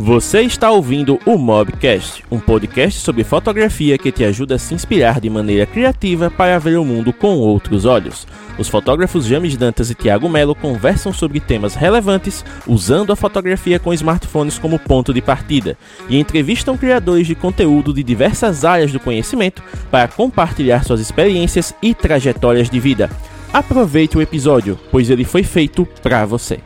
Você está ouvindo o Mobcast, um podcast sobre fotografia que te ajuda a se inspirar de maneira criativa para ver o mundo com outros olhos. Os fotógrafos James Dantas e Thiago Melo conversam sobre temas relevantes usando a fotografia com smartphones como ponto de partida e entrevistam criadores de conteúdo de diversas áreas do conhecimento para compartilhar suas experiências e trajetórias de vida. Aproveite o episódio, pois ele foi feito para você.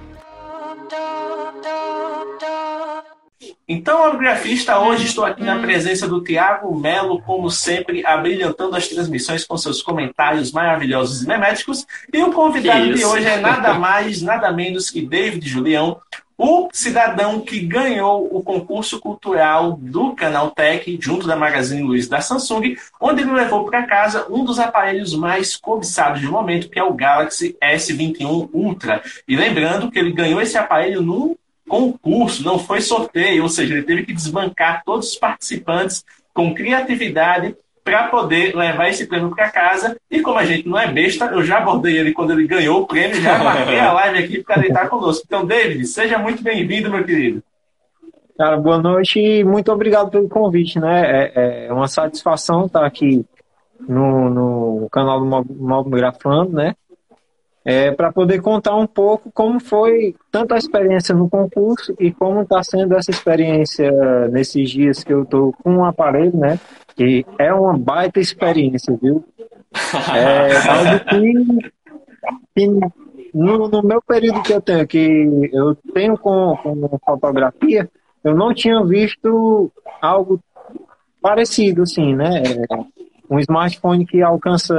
Então, grafista, hoje estou aqui na presença do Thiago Melo, como sempre, abrilhantando as transmissões com seus comentários maravilhosos e meméticos. E o convidado de hoje é nada mais, nada menos que David Julião, o cidadão que ganhou o concurso cultural do Canaltech, junto da Magazine Luiza da Samsung, onde ele levou para casa um dos aparelhos mais cobiçados do momento, que é o Galaxy S21 Ultra. E lembrando que ele ganhou esse aparelho num concurso, não foi sorteio, ou seja, ele teve que desbancar todos os participantes com criatividade para poder levar esse prêmio para casa. E como a gente não é besta, eu já abordei ele quando ele ganhou o prêmio, já marquei a live aqui para ele estar conosco. Então, David, seja muito bem-vindo, meu querido. Cara, boa noite e muito obrigado pelo convite, né? É uma satisfação estar aqui no canal do Mobgrafando, né? Para poder contar um pouco como foi tanto a experiência no concurso e como está sendo essa experiência nesses dias que eu estou com o aparelho, né? Que é uma baita experiência, viu? É algo que no meu período que eu tenho com fotografia, eu não tinha visto algo parecido, assim, né? Um smartphone que alcança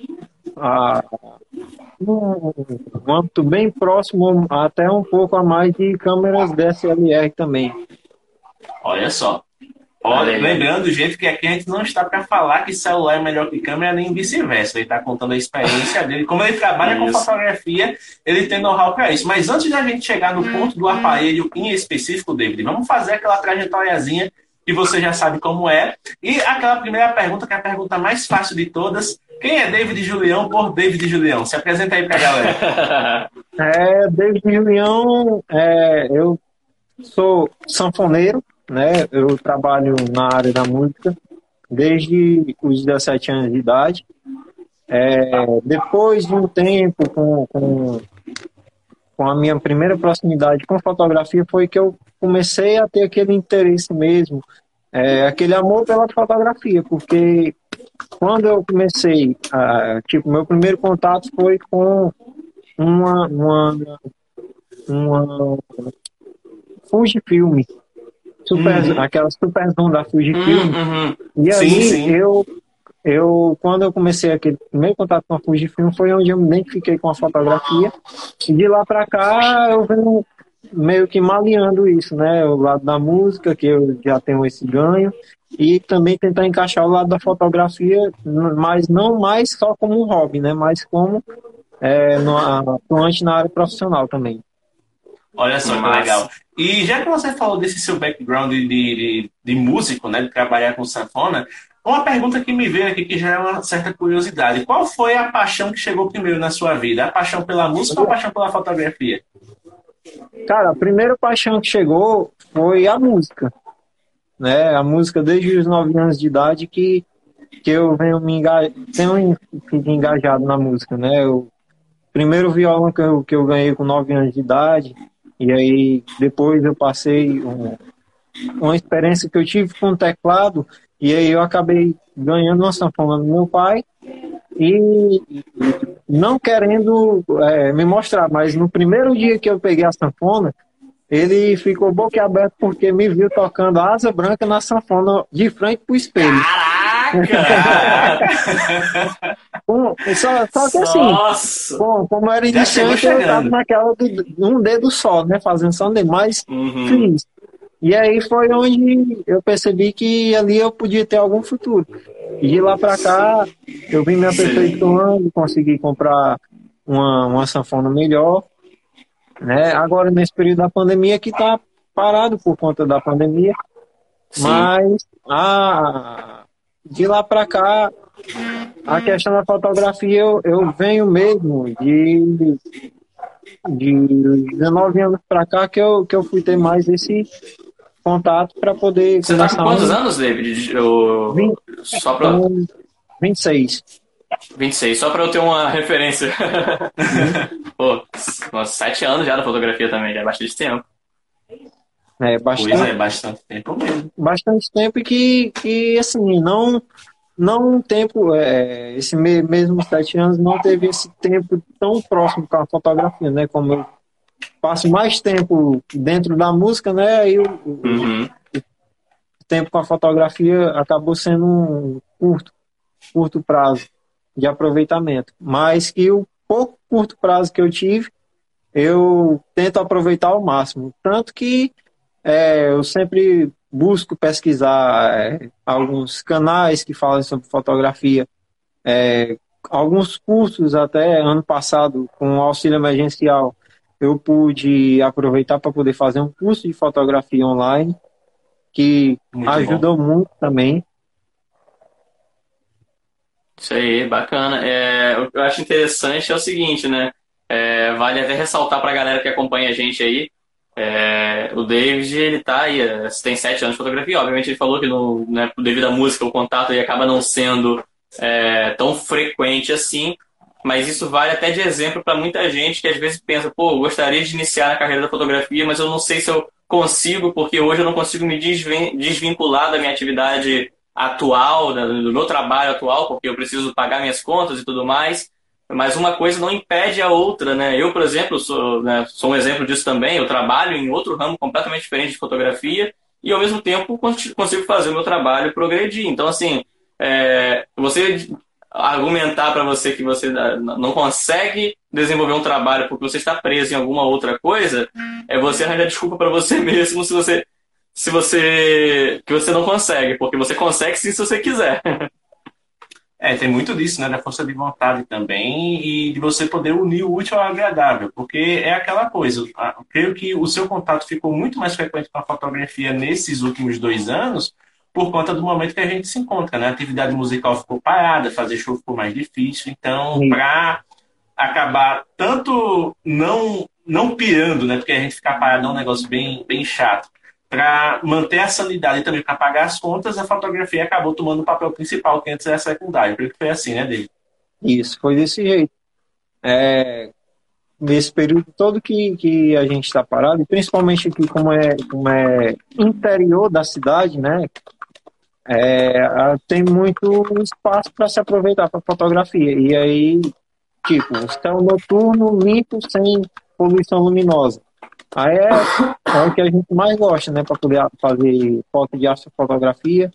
um âmbito bem próximo, até um pouco a mais de câmeras DSLR também. Olha só. Olha, lembrando, gente, que aqui a gente não está para falar que celular é melhor que câmera, nem vice-versa. Ele está contando a experiência dele. Como ele trabalha com fotografia, ele tem know-how para isso. Mas antes da gente chegar no ponto do aparelho em específico, David, vamos fazer aquela trajetóriazinha que você já sabe como é. E aquela primeira pergunta, que é a pergunta mais fácil de todas. Quem é David Julião por David Julião? Se apresenta aí pra galera. David Julião, eu sou sanfoneiro, né? Eu trabalho na área da música desde os 17 anos de idade. Depois de um tempo com a minha primeira proximidade com fotografia, foi que eu comecei a ter aquele interesse mesmo, aquele amor pela fotografia, porque quando eu comecei, meu primeiro contato foi com uma Fujifilm, aquela Super Zoom da Fujifilm. E aí, sim. Quando eu comecei aquele primeiro contato com a Fujifilm, foi onde eu me identifiquei com a fotografia. E de lá para cá, eu venho meio que maleando isso, né? O lado da música, que eu já tenho esse ganho, e também tentar encaixar o lado da fotografia, mas não mais só como um hobby, né? Mas como atuante na área profissional também. Olha só que legal. E já que você falou desse seu background de músico, né? De trabalhar com sanfona, uma pergunta que me veio aqui que já é uma certa curiosidade. Qual foi a paixão que chegou primeiro na sua vida? A paixão pela música ou a paixão pela fotografia? Cara, a primeira paixão que chegou foi a música, né? A música desde os 9 anos de idade que eu tenho fico engajado na música, né? O primeiro violão que eu ganhei com 9 anos de idade, e aí depois eu passei uma experiência que eu tive com o teclado, e aí eu acabei ganhando uma sanfona do meu pai, e não querendo me mostrar, mas no primeiro dia que eu peguei a sanfona, ele ficou boquiaberto porque me viu tocando a Asa Branca na sanfona de frente pro espelho. Caraca! Só que assim, como era iniciante, eu estava naquela um dedo só, né? Fazendo só um dedo, mas fiz. E aí foi onde eu percebi que ali eu podia ter algum futuro. E de lá para cá, eu vim me aperfeiçoando, consegui comprar uma sanfona melhor, né? Agora, nesse período da pandemia, que está parado por conta da pandemia. Sim. Mas de lá para cá, a questão da fotografia, eu venho mesmo de 19 anos para cá que eu fui ter mais contato para poder Você tá com começar quantos anos, David? 20, Só pra... 26. 26, só pra eu ter uma referência. Pô, uns 7 anos já da fotografia também, já é bastante tempo. Pois é, bastante tempo mesmo. Bastante tempo e que assim, não um tempo, esse mesmo 7 anos não teve esse tempo tão próximo com a fotografia, né? Como eu passo mais tempo dentro da música, né? Aí o tempo com a fotografia acabou sendo um curto prazo de aproveitamento. Mas que o pouco curto prazo que eu tive, eu tento aproveitar ao máximo. Tanto que eu sempre busco pesquisar alguns canais que falam sobre fotografia, alguns cursos até ano passado, com o auxílio emergencial, eu pude aproveitar para poder fazer um curso de fotografia online, que Muito ajudou muito também. Isso aí, bacana. O que eu acho interessante é o seguinte, né? Vale até ressaltar pra galera que acompanha a gente aí. O David, ele tá aí, tem 7 anos de fotografia. Obviamente, ele falou que né, devido à música, o contato ele acaba não sendo tão frequente assim. Mas isso vale até de exemplo para muita gente que às vezes pensa, pô, eu gostaria de iniciar na carreira da fotografia, mas eu não sei se eu consigo, porque hoje eu não consigo me desvincular da minha atividade atual, do meu trabalho atual, porque eu preciso pagar minhas contas e tudo mais. Mas uma coisa não impede a outra, né? Eu, por exemplo, sou um exemplo disso também. Eu trabalho em outro ramo completamente diferente de fotografia e, ao mesmo tempo, consigo fazer o meu trabalho progredir. Então, assim, você argumentar para você que você não consegue desenvolver um trabalho porque você está preso em alguma outra coisa, você arranjar desculpa para você mesmo que você não consegue, porque você consegue sim se você quiser. Tem muito disso, né? Da força de vontade também e de você poder unir o útil ao agradável, porque é aquela coisa. Eu creio que o seu contato ficou muito mais frequente com a fotografia nesses últimos 2 anos por conta do momento que a gente se encontra, né? A atividade musical ficou parada, fazer show ficou mais difícil. Então, para acabar tanto não pirando, né? Porque a gente ficar parado é um negócio bem, bem chato. Para manter a sanidade e também para pagar as contas, a fotografia acabou tomando o papel principal, que antes era secundário. Creio que foi assim, né, David? Isso, foi desse jeito. Nesse período todo que a gente está parado, e principalmente aqui como é interior da cidade, né? Tem muito espaço para se aproveitar para fotografia. E aí, tipo, céu noturno limpo, sem poluição luminosa. Aí é o que a gente mais gosta, né? Para poder fazer foto de astrofotografia,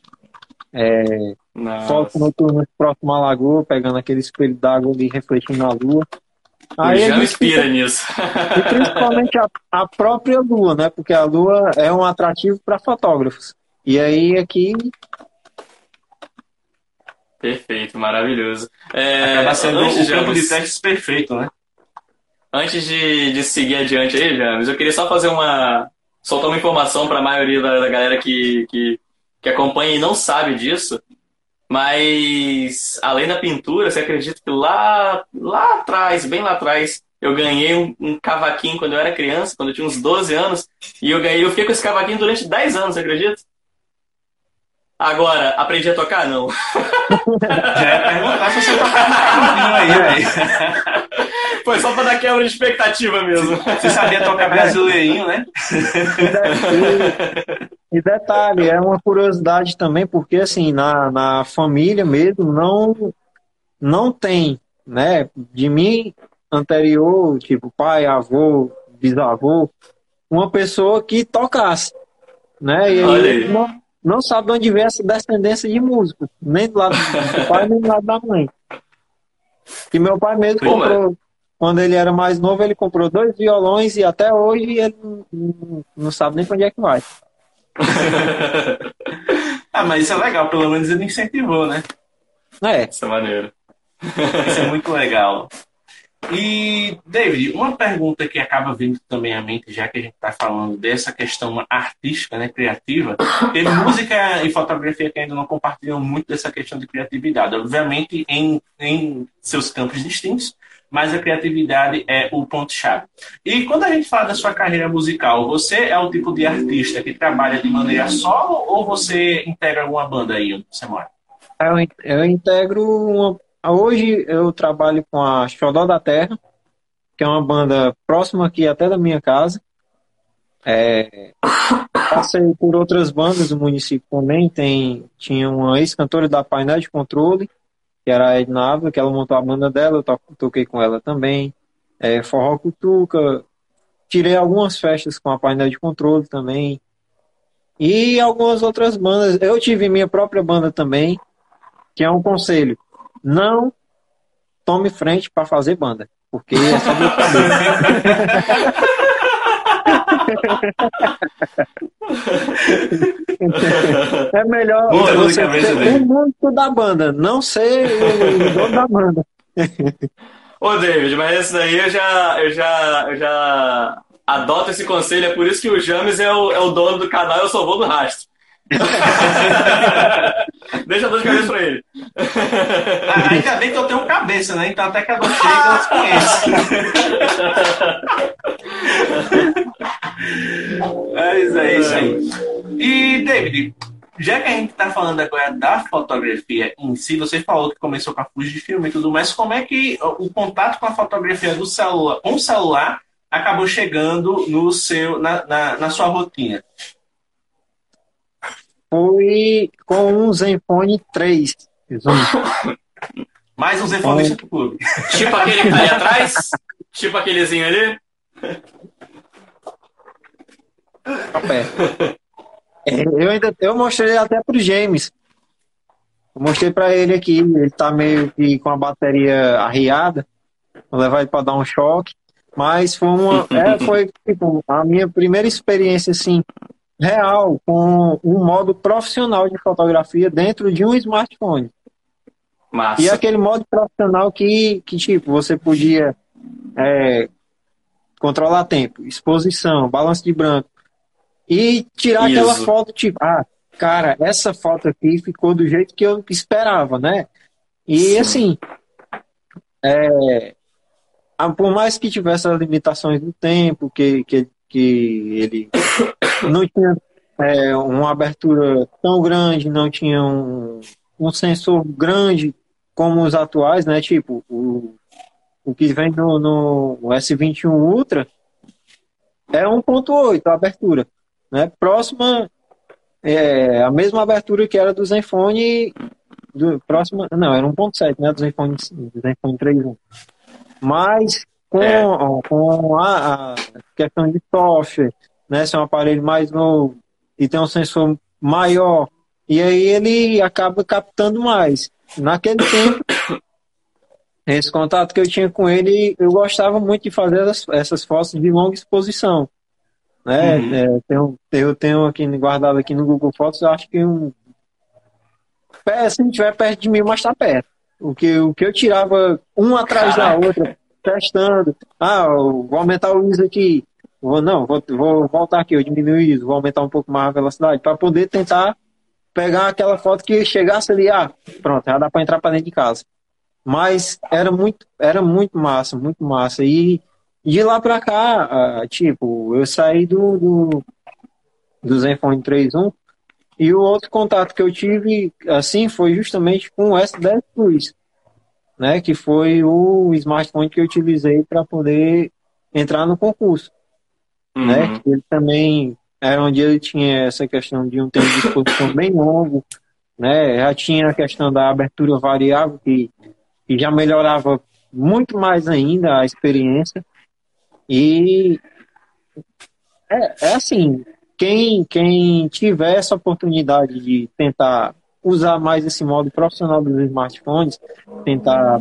foto noturna próximo à lagoa, pegando aquele espelho d'água ali refletindo na lua. Aí já me inspira nisso. E principalmente a própria lua, né? Porque a lua é um atrativo para fotógrafos. E aí aqui. Perfeito, maravilhoso. Acaba sendo o campo de testes perfeito, né? Antes de seguir adiante aí, James, eu queria só soltar uma informação para a maioria da galera que acompanha e não sabe disso. Mas, além da pintura, você acredita que lá atrás, bem lá atrás, eu ganhei um cavaquinho quando eu era criança, quando eu tinha uns 12 anos, e eu fiquei com esse cavaquinho durante 10 anos, você acredita? Agora, aprendi a tocar? Não. Já ia perguntar se você tocava um cavaquinho aí, velho. Foi só pra dar quebra de expectativa mesmo. Você sabia tocar brasileirinho, né? E detalhe, é uma curiosidade também, porque assim, na família mesmo não tem, né, de mim anterior, tipo pai, avô, bisavô, uma pessoa que tocasse, né? E aí não sabe de onde vem essa descendência de músicos, nem do lado do pai, nem do lado da mãe. E meu pai mesmo comprou, quando ele era mais novo, ele comprou 2 violões e até hoje ele não sabe nem para onde é que vai. Mas isso é legal, pelo menos ele incentivou, né? Isso é maneiro. Isso é muito legal. E, David, uma pergunta que acaba vindo também à mente, já que a gente está falando dessa questão artística, né, criativa, teve música e fotografia que ainda não compartilham muito dessa questão de criatividade. Obviamente, em seus campos distintos, mas a criatividade é o ponto-chave. E quando a gente fala da sua carreira musical, você é o tipo de artista que trabalha de maneira solo ou você integra alguma banda aí onde você mora? Eu integro Hoje eu trabalho com a Xodó da Terra, que é uma banda próxima aqui até da minha casa. Passei por outras bandas do município também. Tinha uma ex-cantora da Painel de Controle, que era a Edna Ávila, que ela montou a banda dela, eu toquei com ela também. Forró Cutuca, tirei algumas festas com a Painel de Controle também. E algumas outras bandas. Eu tive minha própria banda também, que é um conselho. Não tome frente para fazer banda, porque é só dor de cabeça. É melhor você ser o músico da banda, não ser o dono da banda. Ô, David, mas esse daí eu já adoto esse conselho, é por isso que o James é o dono do canal e eu só vou do rastro. Deixa a dor de cabeça pra ele. Ainda bem que eu tenho cabeça, né? Então até que a dor chega, eu desconheço. Mas é isso aí. E, David, já que a gente está falando agora da fotografia em si, você falou que começou com a Fujifilm e tudo mais, como é que o contato com a fotografia do celular, com o celular, acabou chegando na sua rotina? Foi com um Zenfone 3. Mais um Zenfonista do clube. Tipo aquele que tá ali atrás? Tipo aquelezinho ali? Eu mostrei até pro James. Eu mostrei para ele aqui. Ele tá meio que com a bateria arriada. Vou levar ele para dar um choque. Mas foi tipo, a minha primeira experiência assim, real com um modo profissional de fotografia dentro de um smartphone. Massa. E aquele modo profissional que tipo, você podia controlar tempo, exposição, balanço de branco e tirar aquela foto tipo, cara, essa foto aqui ficou do jeito que eu esperava, né? E sim, assim, por mais que tivesse as limitações do tempo, que ele não tinha uma abertura tão grande, não tinha um sensor grande como os atuais, né? Tipo, o que vem no S21 Ultra é 1.8 a abertura, né? Próxima, a mesma abertura que era do Zenfone, não, era 1.7, né? Do Zenfone 3.1. Mas com a questão de software, né? Se é um aparelho mais novo e tem um sensor maior, e aí ele acaba captando mais. Naquele tempo, esse contato que eu tinha com ele, eu gostava muito de fazer essas fotos de longa exposição, né? Eu tenho aqui guardado aqui no Google Fotos, eu acho que se não estiver perto de mim, mas está perto. O que eu tirava um atrás da outra, testando. Vou aumentar o ISO aqui. Vou voltar aqui, eu diminuo o ISO, vou aumentar um pouco mais a velocidade, para poder tentar pegar aquela foto que chegasse ali, pronto, já dá para entrar para dentro de casa. Mas era muito massa, muito massa. E de lá para cá, tipo, eu saí do Zenfone 3.1 e o outro contato que eu tive, assim, foi justamente com o S10 Plus, né, que foi o smartphone que eu utilizei para poder entrar no concurso, né? Ele também era onde ele tinha essa questão de um tempo de exposição bem longo, né? Já tinha a questão da abertura variável que já melhorava muito mais ainda a experiência. E assim, quem tiver essa oportunidade de tentar usar mais esse modo profissional dos smartphones, tentar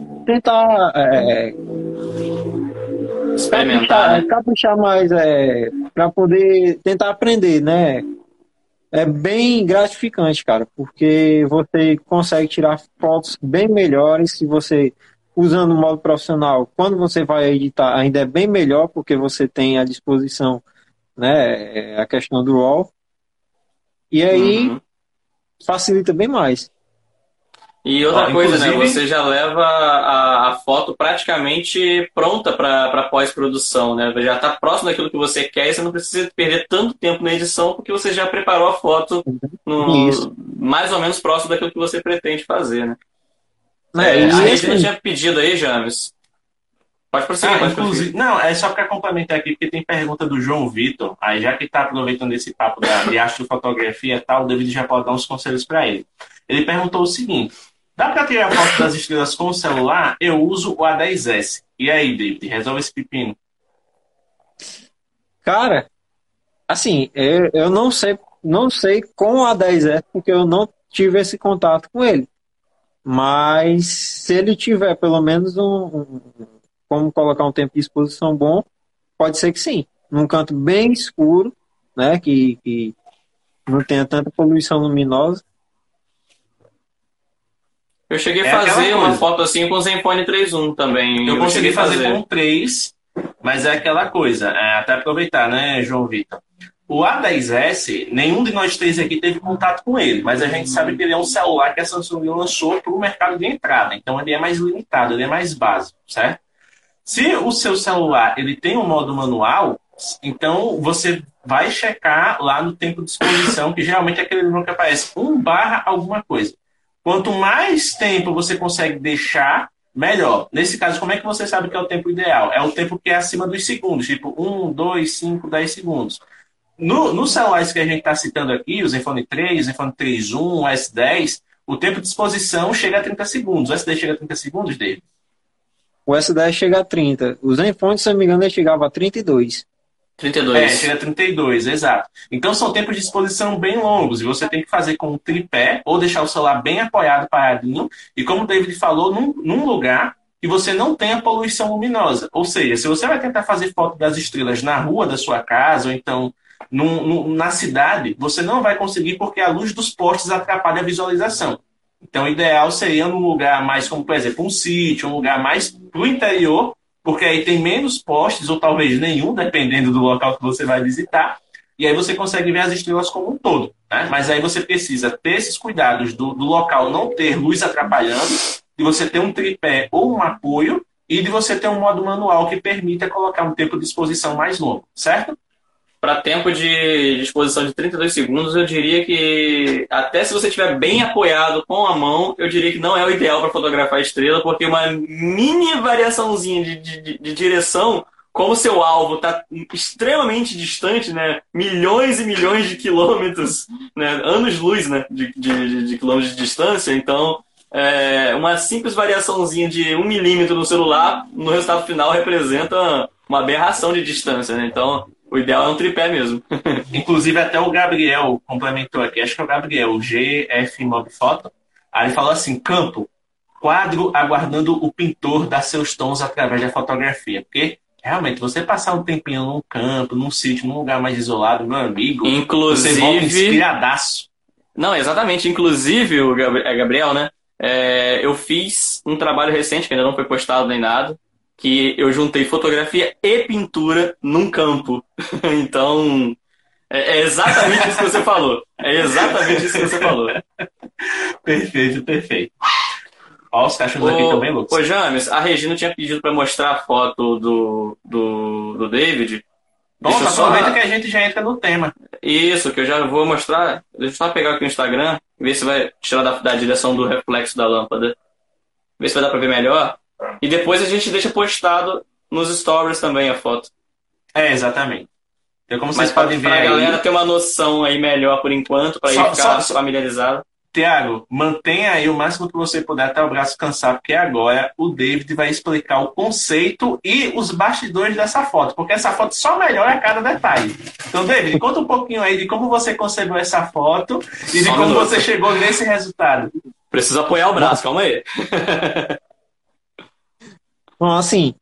experimentar, caprichar mais para poder tentar aprender, né? É bem gratificante, cara, porque você consegue tirar fotos bem melhores se você usando o modo profissional. Quando você vai editar, ainda é bem melhor, porque você tem à disposição, né, a questão do RAW. E aí facilita bem mais. E outra coisa, né? Você já leva a foto praticamente pronta para pós-produção, né? Já está próximo daquilo que você quer e você não precisa perder tanto tempo na edição porque você já preparou a foto mais ou menos próximo daquilo que você pretende fazer, né? A Regina tinha pedido aí, James. Pode prosseguir, pode prosseguir. Não, é só para complementar aqui, porque tem pergunta do João Vitor. Aí, já que está aproveitando esse papo de astrofotografia e tal, o David já pode dar uns conselhos para ele. Ele perguntou o seguinte: dá para tirar foto das estrelas com o celular? Eu uso o A10S. E aí, David, resolve esse pepino. Cara, assim, eu não sei com o A10S, porque eu não tive esse contato com ele. Mas se ele tiver pelo menos como colocar um tempo de exposição bom, pode ser que sim. Num canto bem escuro, né, que não tenha tanta poluição luminosa. Eu cheguei a fazer uma foto assim com o Zenfone 3.1 também. Eu consegui fazer com o 3, mas é aquela coisa, até aproveitar, né, João Vitor? O A10S, nenhum de nós três aqui teve contato com ele, mas a gente sabe que ele é um celular que a Samsung lançou para o mercado de entrada, então ele é mais limitado, ele é mais básico, certo? Se o seu celular ele tem um modo manual, então você vai checar lá no tempo de exposição, que geralmente é aquele número que aparece 1 barra alguma coisa. Quanto mais tempo você consegue deixar, melhor. Nesse caso, como é que você sabe que é o tempo ideal? É o tempo que é acima dos segundos, tipo 1, 2, 5, 10 segundos. Nos celulares que a gente está citando aqui, o Zenfone 3, o Zenfone 3.1, o S10, o tempo de exposição chega a 30 segundos. O S10 chega a 30 segundos, David? O S10 chega a 30. O Zenfone, se não me engano, ele chegava a 32. 32. Chega a 32, exato. Então são tempos de exposição bem longos e você tem que fazer com um tripé ou deixar o celular bem apoiado, paradinho, e como o David falou, num lugar que você não tenha poluição luminosa. Ou seja, se você vai tentar fazer foto das estrelas na rua da sua casa ou então na cidade, você não vai conseguir porque a luz dos postes atrapalha a visualização. Então o ideal seria num lugar mais, como por exemplo um sítio, um lugar mais pro interior, porque aí tem menos postes, ou talvez nenhum, dependendo do local que você vai visitar, e aí você consegue ver as estrelas como um todo. Né? Mas aí você precisa ter esses cuidados do local não ter luz atrapalhando, de você ter um tripé ou um apoio, e de você ter um modo manual que permita colocar um tempo de exposição mais longo, certo? Para tempo de exposição de 32 segundos, eu diria que, até se você estiver bem apoiado com a mão, eu diria que não é o ideal para fotografar a estrela, porque uma mini variaçãozinha de direção, como seu alvo está extremamente distante, né, milhões e milhões de quilômetros, né, anos-luz, né, de quilômetros de distância, então uma simples variaçãozinha de 1 milímetro no celular, no resultado final, representa uma aberração de distância, né, então o ideal é um tripé mesmo. Inclusive, até o Gabriel complementou aqui, acho que é o Gabriel, o GF Mob Photo. Aí ele falou assim: campo, quadro aguardando o pintor dar seus tons através da fotografia. Porque, realmente, você passar um tempinho num campo, num sítio, num lugar mais isolado, meu amigo, você volta inspiradaço. Não, exatamente. Inclusive, o Gabriel, né? Eu fiz um trabalho recente, que ainda não foi postado nem nada, que eu juntei fotografia e pintura num campo. Então, é exatamente isso que você falou. É exatamente isso que você falou. Perfeito, perfeito. Ó, os cachorros aqui também loucos. Ô, James, a Regina tinha pedido para mostrar a foto do David. Bom, aproveita que a gente já entra no tema. Isso, que eu já vou mostrar. Deixa eu só pegar aqui o Instagram, ver se vai tirar da direção do reflexo da lâmpada. Ver se vai dar para ver melhor. E depois a gente deixa postado nos stories também a foto. Exatamente. Então, como vocês podem ver aí... Pra galera ter uma noção aí melhor por enquanto, para ir ficar familiarizado. Tiago, mantenha aí o máximo que você puder até o braço cansar, porque agora o David vai explicar o conceito e os bastidores dessa foto, porque essa foto só melhora a cada detalhe. Então, David, conta um pouquinho aí de como você concebeu essa foto e de como você chegou nesse resultado. Preciso apoiar o braço, calma aí. Bom, assim,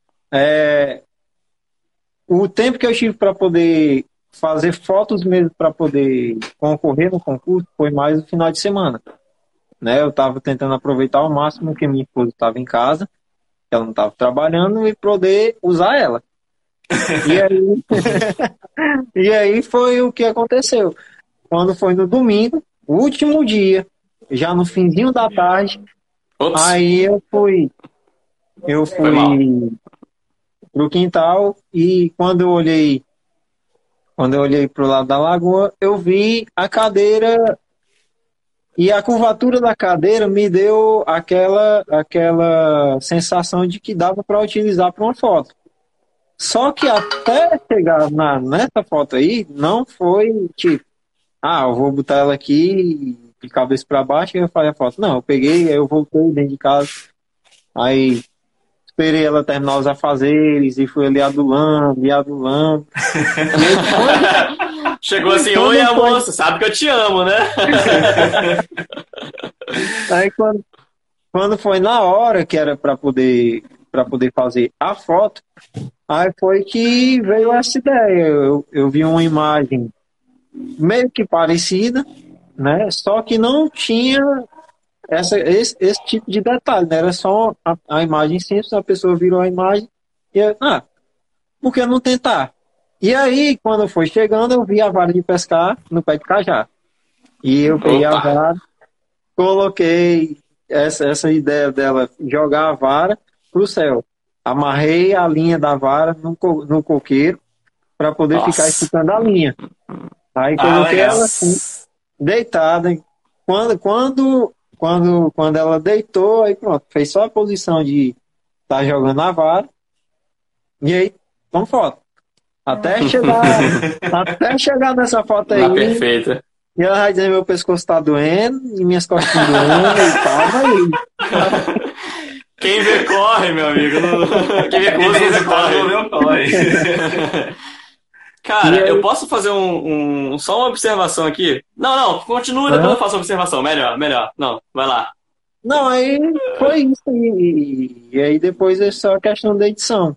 o tempo que eu tive para poder fazer fotos mesmo para poder concorrer no concurso foi mais no final de semana, né? Eu estava tentando aproveitar ao máximo que minha esposa estava em casa, ela não estava trabalhando, e poder usar ela. E aí foi o que aconteceu. Quando foi no domingo, o último dia, já no finzinho da tarde. Ops. Aí eu fui pro quintal e quando eu olhei pro lado da lagoa, eu vi a cadeira e a curvatura da cadeira me deu aquela sensação de que dava para utilizar para uma foto. Só que até chegar nessa foto aí, não foi tipo, eu vou botar ela aqui de cabeça para baixo e eu fazer a foto. Não, eu peguei, aí eu voltei dentro de casa, aí esperei ela terminar os afazeres e fui ali adulando e adulando. Chegou assim, oi amor, você sabe que eu te amo, né? Aí quando foi na hora que era para poder fazer a foto, aí foi que veio essa ideia. Eu vi uma imagem meio que parecida, né? Só que não tinha esse tipo de detalhe, né? Era só a imagem simples, a pessoa virou a imagem e eu, por que não tentar? E aí, quando foi chegando, eu vi a vara de pescar no pé de cajá. E eu peguei a vara, coloquei essa ideia dela jogar a vara pro céu. Amarrei a linha da vara no coqueiro para poder ficar escutando a linha. Aí coloquei ela assim, deitada. Quando ela deitou, aí pronto, fez só a posição de estar jogando a vara. E aí, vamos foto. Até chegar nessa foto aí. Perfeita. E ela vai dizer, meu pescoço tá doendo, e minhas costas doendo, e calma aí. Quem vê corre, meu amigo. Quem vê corre. Cara, eu posso fazer só uma observação aqui? Não, continua, depois eu faço a observação. Melhor. Não, vai lá. Não, aí foi isso. E aí depois é só a questão da edição.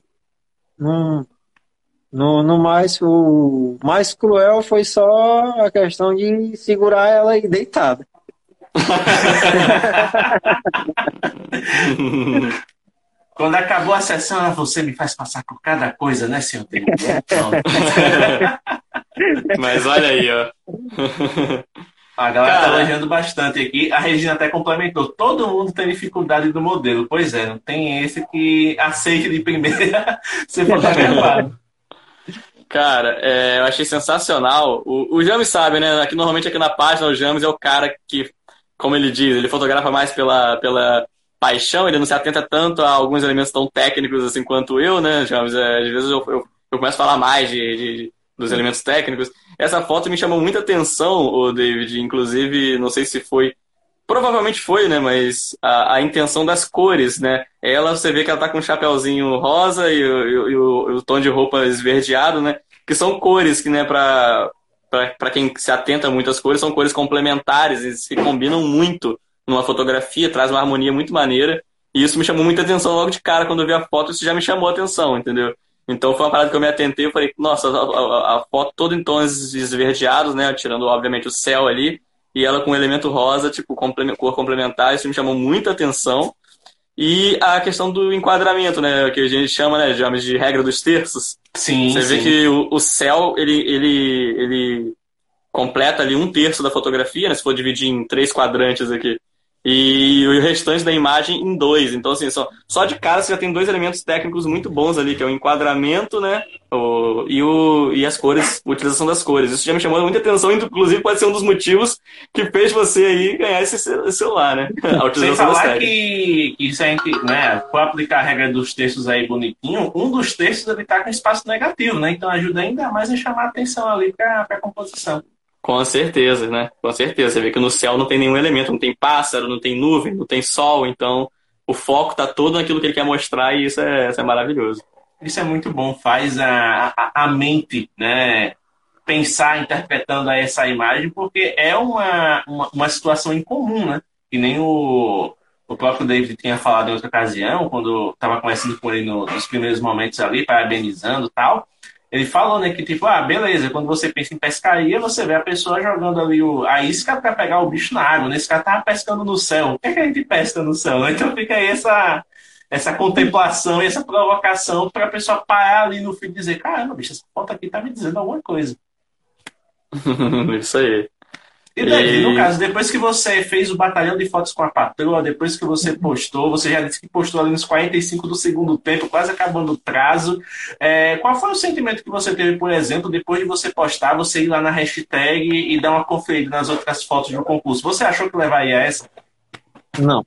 No mais, o mais cruel foi só a questão de segurar ela aí deitada. Quando acabou a sessão, você me faz passar por cada coisa, né, senhor? Mas olha aí, ó. A galera tá elogiando bastante aqui. A Regina até complementou. Todo mundo tem dificuldade do modelo. Pois é, não tem esse que aceite de primeira ser fotografado. Cara, eu achei sensacional. O James sabe, né? Normalmente aqui na página o James é o cara que, como ele diz, ele fotografa mais pela paixão, ele não se atenta tanto a alguns elementos tão técnicos assim quanto eu, né, James? Às vezes eu começo a falar mais dos elementos técnicos. Essa foto me chamou muita atenção, o David, inclusive, não sei se foi, provavelmente foi, né, mas a intenção das cores, né? Você vê que ela tá com um chapéuzinho rosa e o tom de roupa esverdeado, né? Que são cores que, né, para quem se atenta muito às cores, são cores complementares e se combinam muito numa fotografia, traz uma harmonia muito maneira. E isso me chamou muita atenção logo de cara. Quando eu vi a foto, isso já me chamou a atenção, entendeu? Então foi uma parada que eu me atentei. Eu falei, nossa, a foto toda em tons esverdeados, né? Tirando, obviamente, o céu ali. E ela com um elemento rosa, tipo, cor complementar. Isso me chamou muita atenção. E a questão do enquadramento, né? Que a gente chama, né, de regra dos terços. Sim, Você vê que o céu, ele completa ali 1/3 da fotografia, né? Se for dividir em 3 quadrantes aqui. E o restante da imagem em 2. Então, assim, só de cara você já tem 2 elementos técnicos muito bons ali, que é o enquadramento, né? E as cores, a utilização das cores. Isso já me chamou muita atenção, inclusive pode ser um dos motivos que fez você aí ganhar esse celular, né? A utilização das técnicas. Que se a gente, né, for aplicar a regra dos textos aí bonitinho, um dos textos ele tá com espaço negativo, né? Então ajuda ainda mais a chamar a atenção ali para a composição. Com certeza, né? Com certeza. Você vê que no céu não tem nenhum elemento, não tem pássaro, não tem nuvem, não tem sol, então o foco tá todo naquilo que ele quer mostrar e isso é maravilhoso. Isso é muito bom, faz a mente, né, pensar interpretando essa imagem, porque é uma situação incomum, né? Que nem o próprio David tinha falado em outra ocasião, quando estava conversando com ele nos primeiros momentos ali, parabenizando e tal. Ele falou, né, que tipo, beleza, quando você pensa em pescaria, você vê a pessoa jogando ali a isca para pegar o bicho na água, né? Esse cara tava pescando no céu. O que é que a gente pesca no céu? Então fica aí essa contemplação e essa provocação para a pessoa parar ali no fim e dizer, caramba, bicho, essa foto aqui tá me dizendo alguma coisa. Isso aí. E Davi, no caso, depois que você fez o batalhão de fotos com a patroa, depois que você postou, você já disse que postou ali nos 45 do segundo tempo, quase acabando o prazo. Qual foi o sentimento que você teve, por exemplo, depois de você postar, você ir lá na hashtag e dar uma conferida nas outras fotos do concurso? Você achou que levaria essa? Não.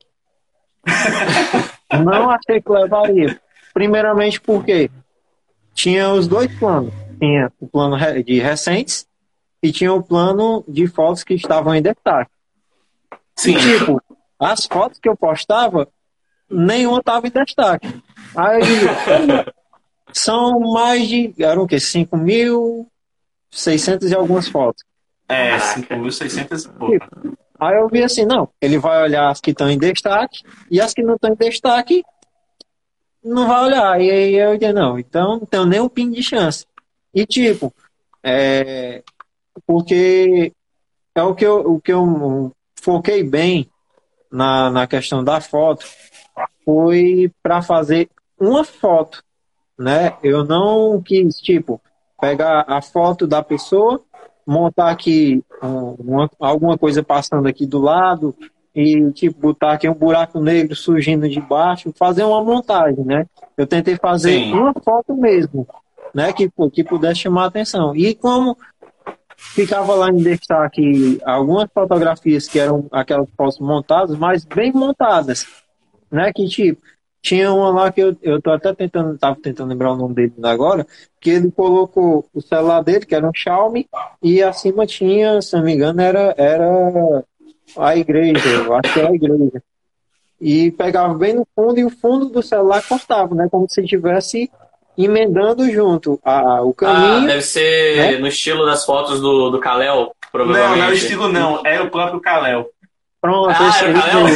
Não achei que levaria. Primeiramente porque tinha os dois planos. Tinha o plano de recentes e tinha o plano de fotos que estavam em destaque. Sim. E, tipo, as fotos que eu postava, nenhuma estava em destaque. Aí são mais de, eram o quê? 5.600 e algumas fotos. 5.600 e pouco. Aí eu vi assim, não, ele vai olhar as que estão em destaque e as que não estão em destaque não vai olhar. E aí eu disse, não, então não tenho nem um pingo de chance. E tipo, porque é o que eu foquei bem na questão da foto, foi para fazer uma foto, né? Eu não quis, tipo, pegar a foto da pessoa, montar aqui alguma coisa passando aqui do lado e, tipo, botar aqui um buraco negro surgindo de baixo, fazer uma montagem, né? Eu tentei fazer uma foto mesmo, né? Que pudesse chamar a atenção. E como ficava lá em destaque algumas fotografias que eram aquelas fotos montadas, mas bem montadas, né? Que tipo, tinha uma lá que eu tô até tava tentando lembrar o nome dele agora, que ele colocou o celular dele, que era um Xiaomi, e acima tinha, se não me engano, era a igreja, eu acho que era a igreja. E pegava bem no fundo e o fundo do celular cortava, né? Como se estivesse emendando junto o caminho. Deve ser, né? No estilo das fotos do Kal-El, provavelmente. Não é o estilo não, é o próprio Kal-El. Pronto, era o Kal-El?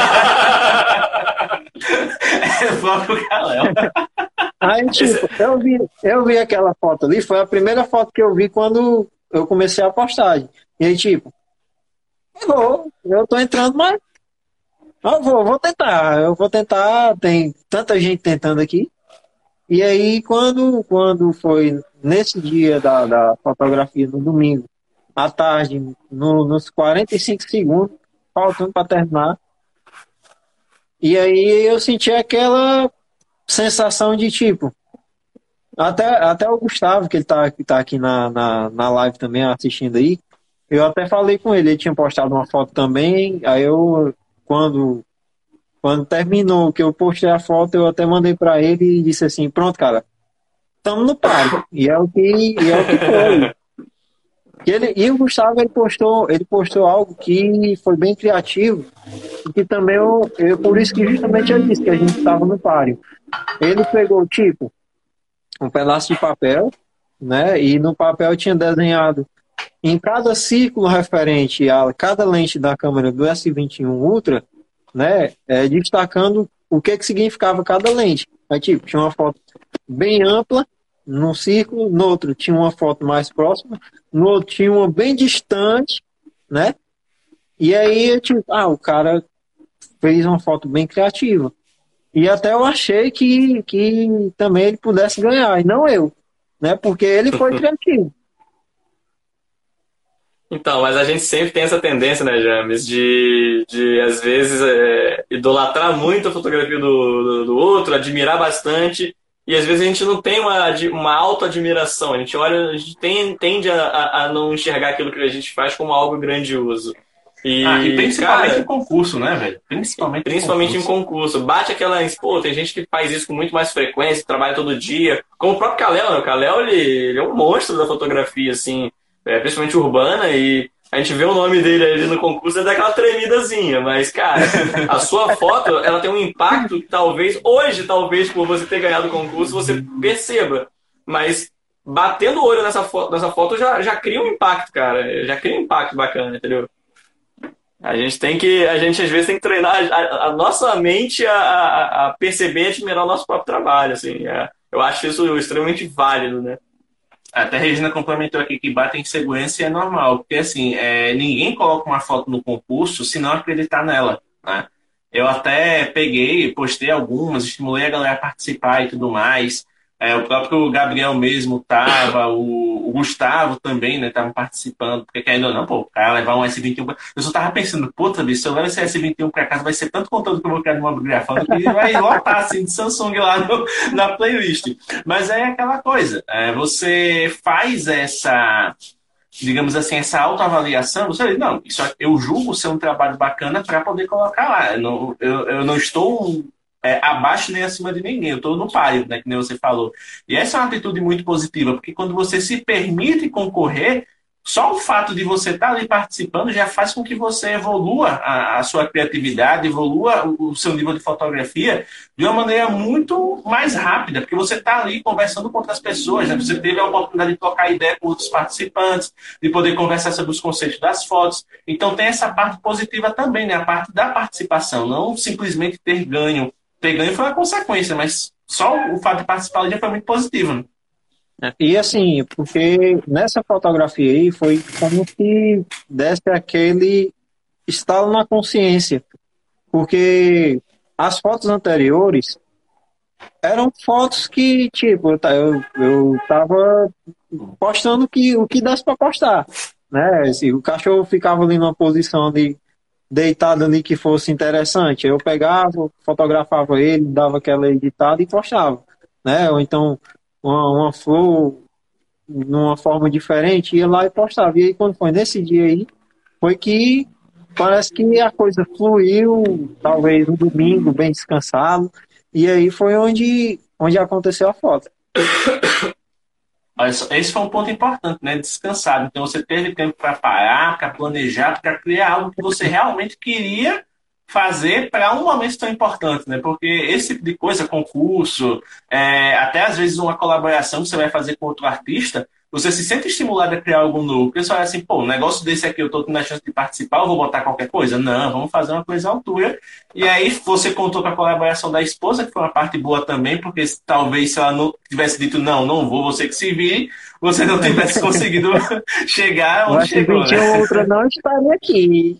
É o próprio Kal-El. Aí, tipo, eu vi aquela foto ali, foi a primeira foto que eu vi quando eu comecei a postagem. E aí, tipo, eu tô entrando, mas eu vou tentar, tem tanta gente tentando aqui. E aí, quando foi nesse dia da fotografia, no domingo, à tarde, nos 45 segundos, faltando para terminar, e aí eu senti aquela sensação de tipo, até o Gustavo, que ele tá aqui na live também assistindo aí, eu até falei com ele, ele tinha postado uma foto também, aí eu, quando terminou que eu postei a foto, eu até mandei para ele e disse assim, pronto, cara, estamos no páreo. E é o que foi. E o Gustavo, ele postou algo que foi bem criativo, e que também por isso que justamente eu disse que a gente estava no páreo. Ele pegou, tipo, um pedaço de papel, né? E no papel tinha desenhado em cada círculo referente a cada lente da câmera do S21 Ultra, né? Destacando o que significava cada lente. Aí, tipo, tinha uma foto bem ampla num círculo, no outro tinha uma foto mais próxima, no outro tinha uma bem distante, né? E aí, tipo, o cara fez uma foto bem criativa. E até eu achei que também ele pudesse ganhar, e não eu, né? Porque ele foi criativo. Então, mas a gente sempre tem essa tendência, né, James, de às vezes, idolatrar muito a fotografia do outro, admirar bastante, e às vezes a gente não tem uma auto-admiração, a gente tende a não enxergar aquilo que a gente faz como algo grandioso. E principalmente em concurso, né, velho? Principalmente em concurso. Bate aquela... Pô, tem gente que faz isso com muito mais frequência, trabalha todo dia. Como o próprio Kal-El, né? O Kal-El, ele é um monstro da fotografia, assim, principalmente urbana, e a gente vê o nome dele ali no concurso, é daquela tremidazinha. Mas, cara, a sua foto, ela tem um impacto que talvez, por você ter ganhado o concurso, você perceba. Mas batendo o olho nessa foto já cria um impacto, cara. Já cria um impacto bacana, entendeu? A gente às vezes tem que treinar a nossa mente a perceber e admirar o nosso próprio trabalho, assim. Eu acho isso extremamente válido, né? Até a Regina complementou aqui que bate em sequência é normal, porque assim, ninguém coloca uma foto no concurso se não acreditar nela, né? Eu até postei algumas, estimulei a galera a participar e tudo mais, O próprio Gabriel mesmo tava, o Gustavo também, né, estavam participando, porque querendo ou não, pô, o cara levar um S21, eu só tava pensando, puta, bicho, se eu levar esse S21 pra casa, vai ser tanto conteúdo que eu vou criar no Mobigrafando que vai lotar, assim, de Samsung lá na playlist. Mas é aquela coisa, você faz essa, digamos assim, essa autoavaliação, você diz, não, isso eu julgo ser um trabalho bacana para poder colocar lá. Eu não estou abaixo nem acima de ninguém, eu estou no páreo, né, que nem você falou. E essa é uma atitude muito positiva, porque quando você se permite concorrer, só o fato de você estar ali participando já faz com que você evolua a sua criatividade, evolua o seu nível de fotografia de uma maneira muito mais rápida, porque você está ali conversando com outras pessoas, né? Você teve a oportunidade de trocar ideia com outros participantes, de poder conversar sobre os conceitos das fotos. Então tem essa parte positiva também, né? A parte da participação, não simplesmente ter ganho. Ter ganho foi uma consequência, mas só o fato de participar já foi muito positivo, né? E assim, porque nessa fotografia aí foi como se desse aquele estalo na consciência, porque as fotos anteriores eram fotos que, tipo, eu tava postando o que desse para postar, né? Se o cachorro ficava ali numa posição ali, deitado ali que fosse interessante, eu pegava, fotografava ele, dava aquela editada e postava, né? Ou então uma flor numa forma diferente, ia lá e postava. E aí quando foi nesse dia aí, foi que parece que a coisa fluiu, talvez no domingo, bem descansado, e aí foi onde aconteceu a foto. Esse foi um ponto importante, né? Descansado. Então você teve tempo para parar, para planejar, para criar algo que você realmente queria fazer para um momento tão importante, né? Porque esse tipo de coisa, concurso, até às vezes uma colaboração que você vai fazer com outro artista, você se sente estimulado a criar algo novo. Porque você fala assim, pô, um negócio desse aqui eu tô tendo a chance de participar, eu vou botar qualquer coisa? Não, vamos fazer uma coisa à altura. E aí você contou com a colaboração da esposa, que foi uma parte boa também, porque talvez se ela não tivesse dito não vou, você que se vire, você não tivesse conseguido chegar onde chegou, né? Outra não estaria aqui.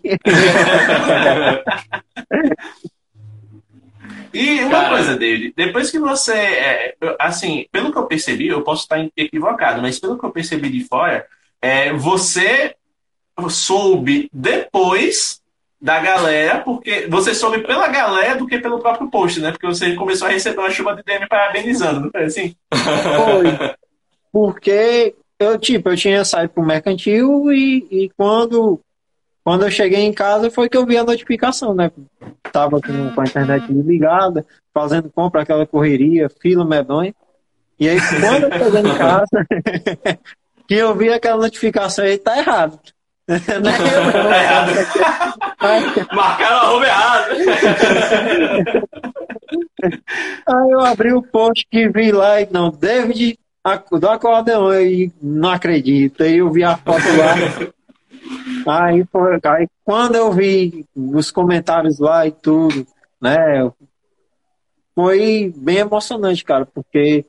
E uma coisa, David, depois que você, assim, pelo que eu percebi, eu posso estar equivocado, mas pelo que eu percebi de fora, você soube depois da galera, porque você soube pela galera do que pelo próprio post, né? Porque você começou a receber uma chuva de DM parabenizando, não foi assim? Foi, porque eu tinha saído pro mercantil e quando eu cheguei em casa foi que eu vi a notificação, né? Tava com a internet ligada, fazendo compra, aquela correria, fila medonha. E aí, quando eu cheguei em casa, que eu vi aquela notificação aí, tá errado. Marcaram a arroba errado. Aí eu abri o post que vi lá e não, David do acordeão, e não acredito. Aí eu vi a foto lá. Aí quando eu vi os comentários lá e tudo, né? Foi bem emocionante, cara, porque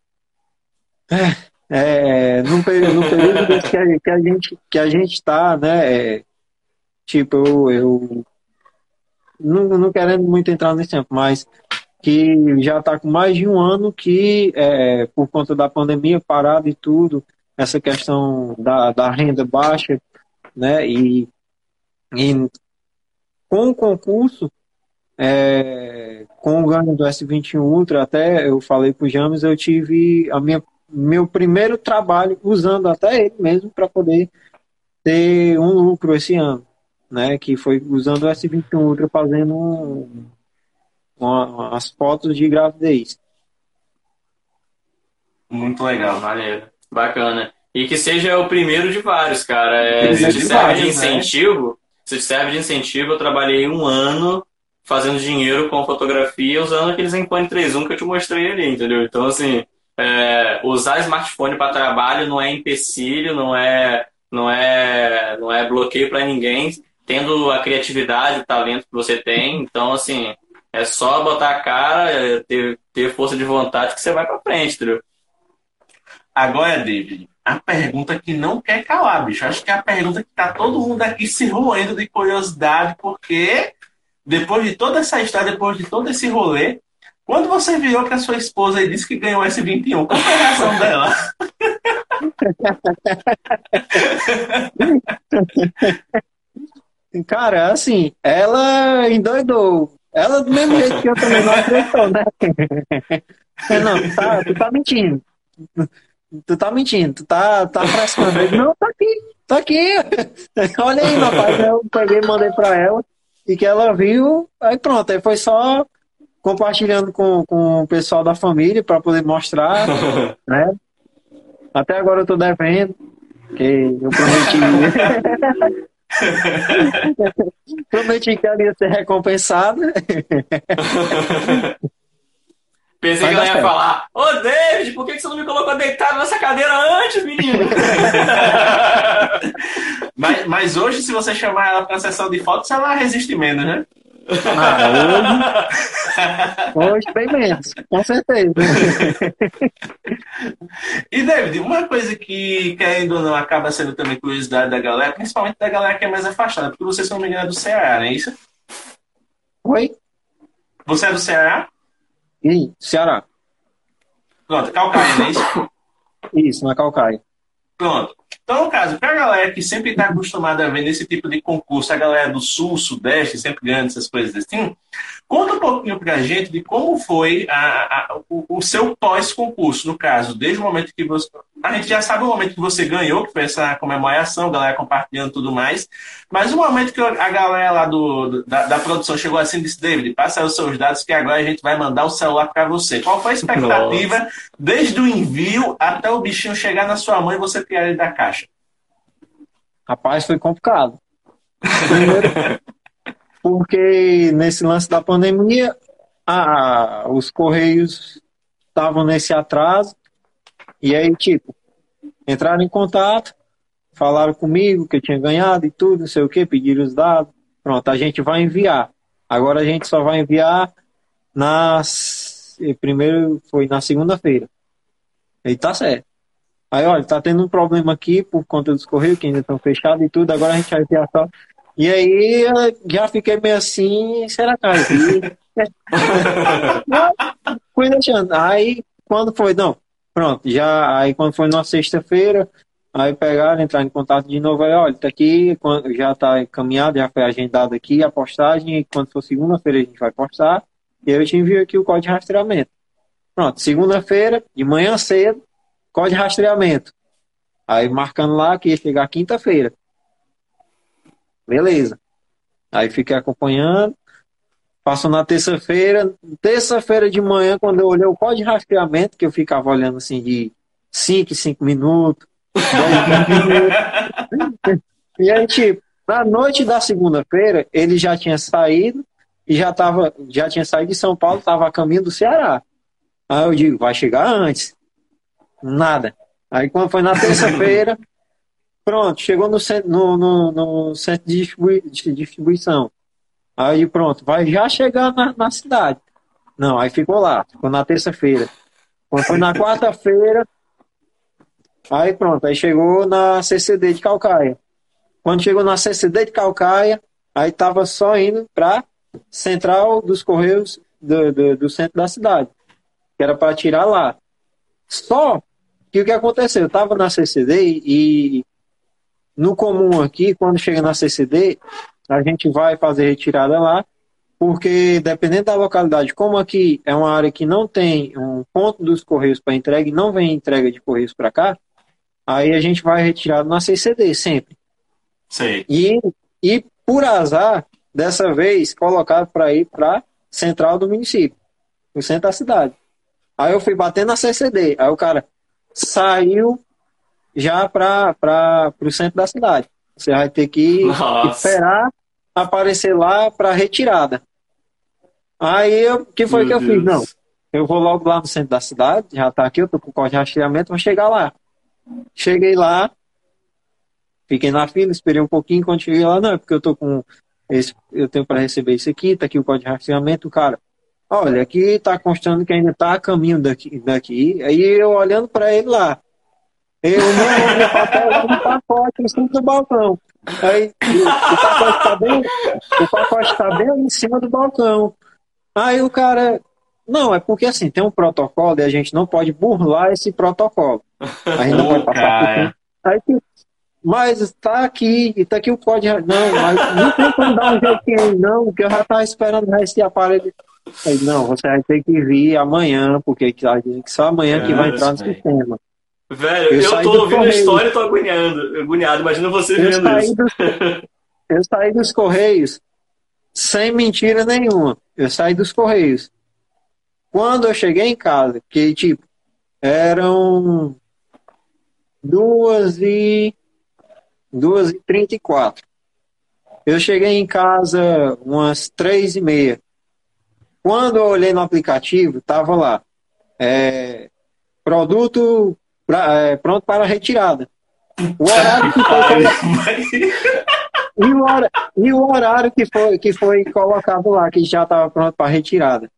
num período desse que a gente tá, né? Tipo, eu não querendo muito entrar nesse tempo, mas que já está com mais de um ano que, por conta da pandemia parada e tudo, essa questão da renda baixa, né? E com o concurso, com o ganho do S21 Ultra, até eu falei para o James, eu tive meu primeiro trabalho usando até ele mesmo para poder ter um lucro esse ano, né? Que foi usando o S21 Ultra fazendo as fotos de gravidez. Muito legal. Maneiro. Bacana. E que seja o primeiro de vários, cara. Se te serve de incentivo, eu trabalhei um ano fazendo dinheiro com fotografia usando aqueles Zenfone 3.1 que eu te mostrei ali, entendeu? Então, assim, usar smartphone para trabalho não é empecilho, não é bloqueio para ninguém, tendo a criatividade, o talento que você tem. Então, assim, é só botar a cara, ter força de vontade que você vai para frente, entendeu? Agora, David, a pergunta que não quer calar, bicho. Acho que é a pergunta que tá todo mundo aqui se roendo de curiosidade, porque depois de toda essa história, depois de todo esse rolê, Quando você virou para sua esposa e disse que ganhou esse 21, qual foi a reação dela? Cara, assim, ela endoidou. Ela do mesmo jeito que eu também não acreditou, né? Não, tu tá mentindo. Tu tá mentindo, tu tá frescando. Eu disse, não, tá aqui. Olha aí, rapaz. Eu peguei e mandei pra ela. E que ela viu, aí pronto. Aí foi só compartilhando com o pessoal da família para poder mostrar, né? Até agora eu tô devendo, que eu prometi. Prometi que ela ia ser recompensada. Pensei que ela ia falar: Ô David, por que você não me colocou deitado nessa cadeira antes, menino? Mas hoje, se você chamar ela para a sessão de fotos, ela resiste menos, né? Hoje bem menos, com certeza. E David, uma coisa que, querendo ou não, acaba sendo também curiosidade da galera, principalmente da galera que é mais afastada, porque você, se não me engano, é do Ceará, não é isso? Oi? Você é do Ceará? Sim, Ceará. Pronto, Calcaia, não é isso? Isso, na Calcaia. Pronto. Então, no caso, para a galera que sempre está acostumada a ver nesse tipo de concurso, a galera do Sul, Sudeste, sempre ganhando essas coisas assim, conta um pouquinho para a gente de como foi o seu pós-concurso, no caso, desde o momento que você... A gente já sabe o momento que você ganhou, que foi essa comemoração, a galera compartilhando tudo mais, mas o momento que a galera lá da produção chegou assim e disse: David, passa aí os seus dados que agora a gente vai mandar o celular para você. Qual foi a expectativa desde o envio até o bichinho chegar na sua mão e você tirar ele da caixa? Rapaz, foi complicado. Primeiro, porque nesse lance da pandemia, os Correios estavam nesse atraso, e aí, tipo, entraram em contato, falaram comigo que eu tinha ganhado e tudo, não sei o que, pediram os dados. Pronto, a gente vai enviar. Agora a gente só vai enviar primeiro foi na segunda-feira. Aí tá certo. Aí, olha, tá tendo um problema aqui por conta dos Correios, que ainda estão fechados e tudo, agora a gente vai enviar só. E aí eu já fiquei meio assim, será que vai vir? Fui deixando. Aí quando foi, não, pronto, aí quando foi na sexta-feira, aí pegaram, entraram em contato de novo, aí, olha, tá aqui, já tá encaminhado, já foi agendado aqui a postagem, e quando for segunda-feira a gente vai postar, e aí eu te envio aqui o código de rastreamento. Pronto, segunda-feira, de manhã cedo, código de rastreamento. Aí marcando lá que ia chegar quinta-feira. Beleza. Aí fiquei acompanhando. Passou na terça-feira. Terça-feira de manhã, quando eu olhei o código de rastreamento, que eu ficava olhando assim de 5 em 5 minutos, 10 minutos. E aí, tipo, na noite da segunda-feira, ele já tinha saído e já tinha saído de São Paulo, estava a caminho do Ceará. Aí eu digo, vai chegar antes. Nada. Aí quando foi na terça-feira, pronto, chegou no centro de distribuição. Aí pronto, vai já chegar na cidade. Não, aí ficou lá, ficou na terça-feira. Quando foi na quarta-feira, aí pronto, aí chegou na CCD de Calcaia. Quando chegou na CCD de Calcaia, aí tava só indo para central dos Correios do centro da cidade, que era para tirar lá. Só que o que aconteceu? Eu tava na CCD e no comum aqui, quando chega na CCD, a gente vai fazer retirada lá, porque dependendo da localidade, como aqui é uma área que não tem um ponto dos Correios para entrega e não vem entrega de Correios para cá, aí a gente vai retirado na CCD sempre. Sim. E por azar, dessa vez, colocaram para ir para central do município, no centro da cidade. Aí eu fui bater na CCD, aí o cara saiu já para o centro da cidade. Você vai ter que esperar aparecer lá para retirada. Aí o que foi que eu fiz? Não, eu vou logo lá no centro da cidade, já tá aqui, eu tô com o código de rastreamento, vou chegar lá. Cheguei lá, fiquei na fila, esperei um pouquinho, quando cheguei lá, não, é porque eu tô com eu tenho para receber isso aqui, tá aqui o código de rastreamento, o cara, olha, aqui tá constando que ainda tá a caminho daqui. Aí eu olhando para ele lá, eu não vou papel no pacote em cima do balcão. Aí o pacote tá bem em cima do balcão. Aí o cara, Não, é porque assim, tem um protocolo e a gente não pode burlar esse protocolo. A gente não pode passar por cima. Aí, mas está aqui o código. Não, mas não tem como dar um jeitinho aí, não, porque eu já estava esperando esse aparelho. Aí, não, você vai ter que vir amanhã, porque só amanhã que vai entrar no sistema. Velho, eu tô ouvindo a história e tô agoniado. Imagina você vendo isso. Eu saí dos Correios sem mentira nenhuma. Eu saí dos Correios. Quando eu cheguei em casa, que tipo, eram 2h34. Eu cheguei em casa umas 3h30. Quando eu olhei no aplicativo, tava lá. Produto pronto para retirada. O horário que foi e o horário que foi colocado lá, que já estava pronto para retirada.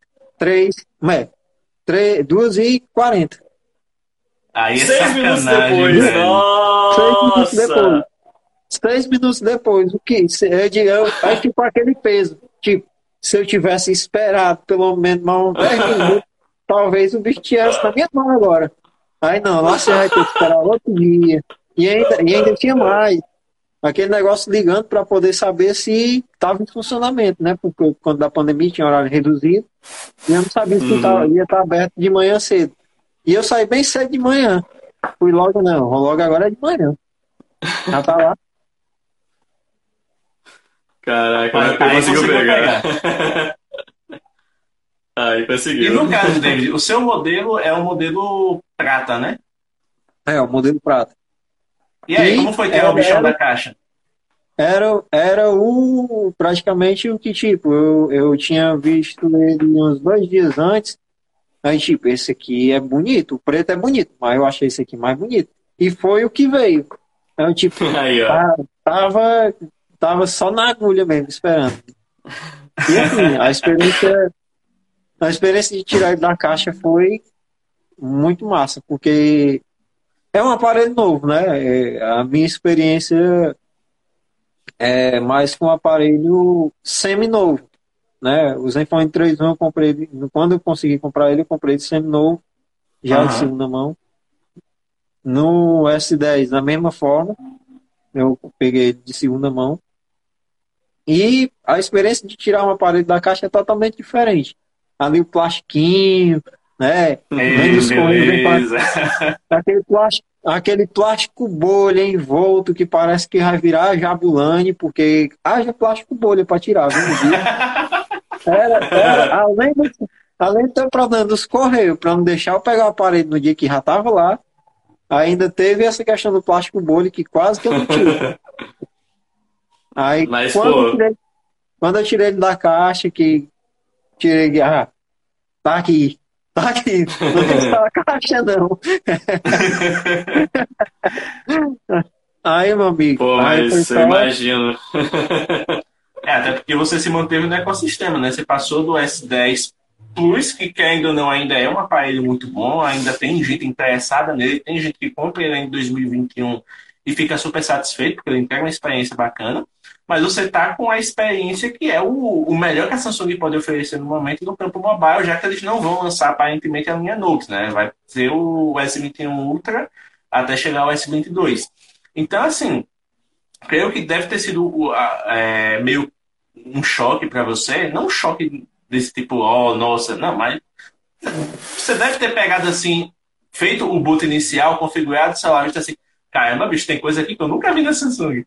2h40. Aí é 6 minutos depois. velho. Nossa! 6 minutos depois. O que? Aí ficou aquele peso. Tipo, se eu tivesse esperado pelo menos uns 10 minutos, talvez o bicho tivesse na minha mão agora. Aí não, lá você vai ter que esperar outro dia. E ainda tinha mais. Aquele negócio ligando para poder saber se estava em funcionamento, né? Porque quando da pandemia tinha horário reduzido, e eu não sabia se ia estar aberto de manhã cedo. E eu saí bem cedo de manhã. Fui logo, não, vou logo agora de manhã. Já tá lá. Caraca, aí conseguiu pegar. Aí conseguiu. E no caso, David, o seu modelo é o modelo prata, né? É, o modelo prata. E aí, como foi ter o bichão da caixa? Era praticamente o que, tipo, eu tinha visto ele uns 2 dias antes. Aí, tipo, esse aqui é bonito, o preto é bonito, mas eu achei esse aqui mais bonito. E foi o que veio. Então, tipo, aí, tava só na agulha mesmo, esperando. E assim, a experiência de tirar ele da caixa foi muito massa, porque é um aparelho novo, né? A minha experiência é mais com um aparelho semi-novo, né? O Zenfone 3.1 eu comprei, quando eu consegui comprar ele, eu comprei de semi-novo, já de segunda mão. No S10, da mesma forma, eu peguei ele de segunda mão. E a experiência de tirar um aparelho da caixa é totalmente diferente. Ali o plastiquinho, né? Aquele plástico bolha envolto que parece que vai virar jabulane, porque haja plástico bolha para tirar, viu? Além do problema dos Correios, para não deixar eu pegar o aparelho no dia que já estava lá, ainda teve essa questão do plástico bolha que quase que eu não tiro. Aí, mas, quando eu tirei ele da caixa, que tirei, tá aqui, não tem que estar na caixa, não. Aí, meu amigo. Pô, mas eu imagino. Até porque você se manteve no ecossistema, né? Você passou do S10 Plus, que ainda ou não ainda é um aparelho muito bom, ainda tem gente interessada nele, tem gente que compra ele em 2021 e fica super satisfeito, porque ele entrega uma experiência bacana. Mas você está com a experiência que é o melhor que a Samsung pode oferecer no momento no campo mobile, já que eles não vão lançar aparentemente a linha Note, né? Vai ser o S21 Ultra até chegar ao S22. Então, assim, creio que deve ter sido meio um choque para você, não um choque desse tipo, nossa, não, mas você deve ter pegado assim, feito o boot inicial, configurado, sei lá, visto assim, caramba, bicho, tem coisa aqui que eu nunca vi na Samsung.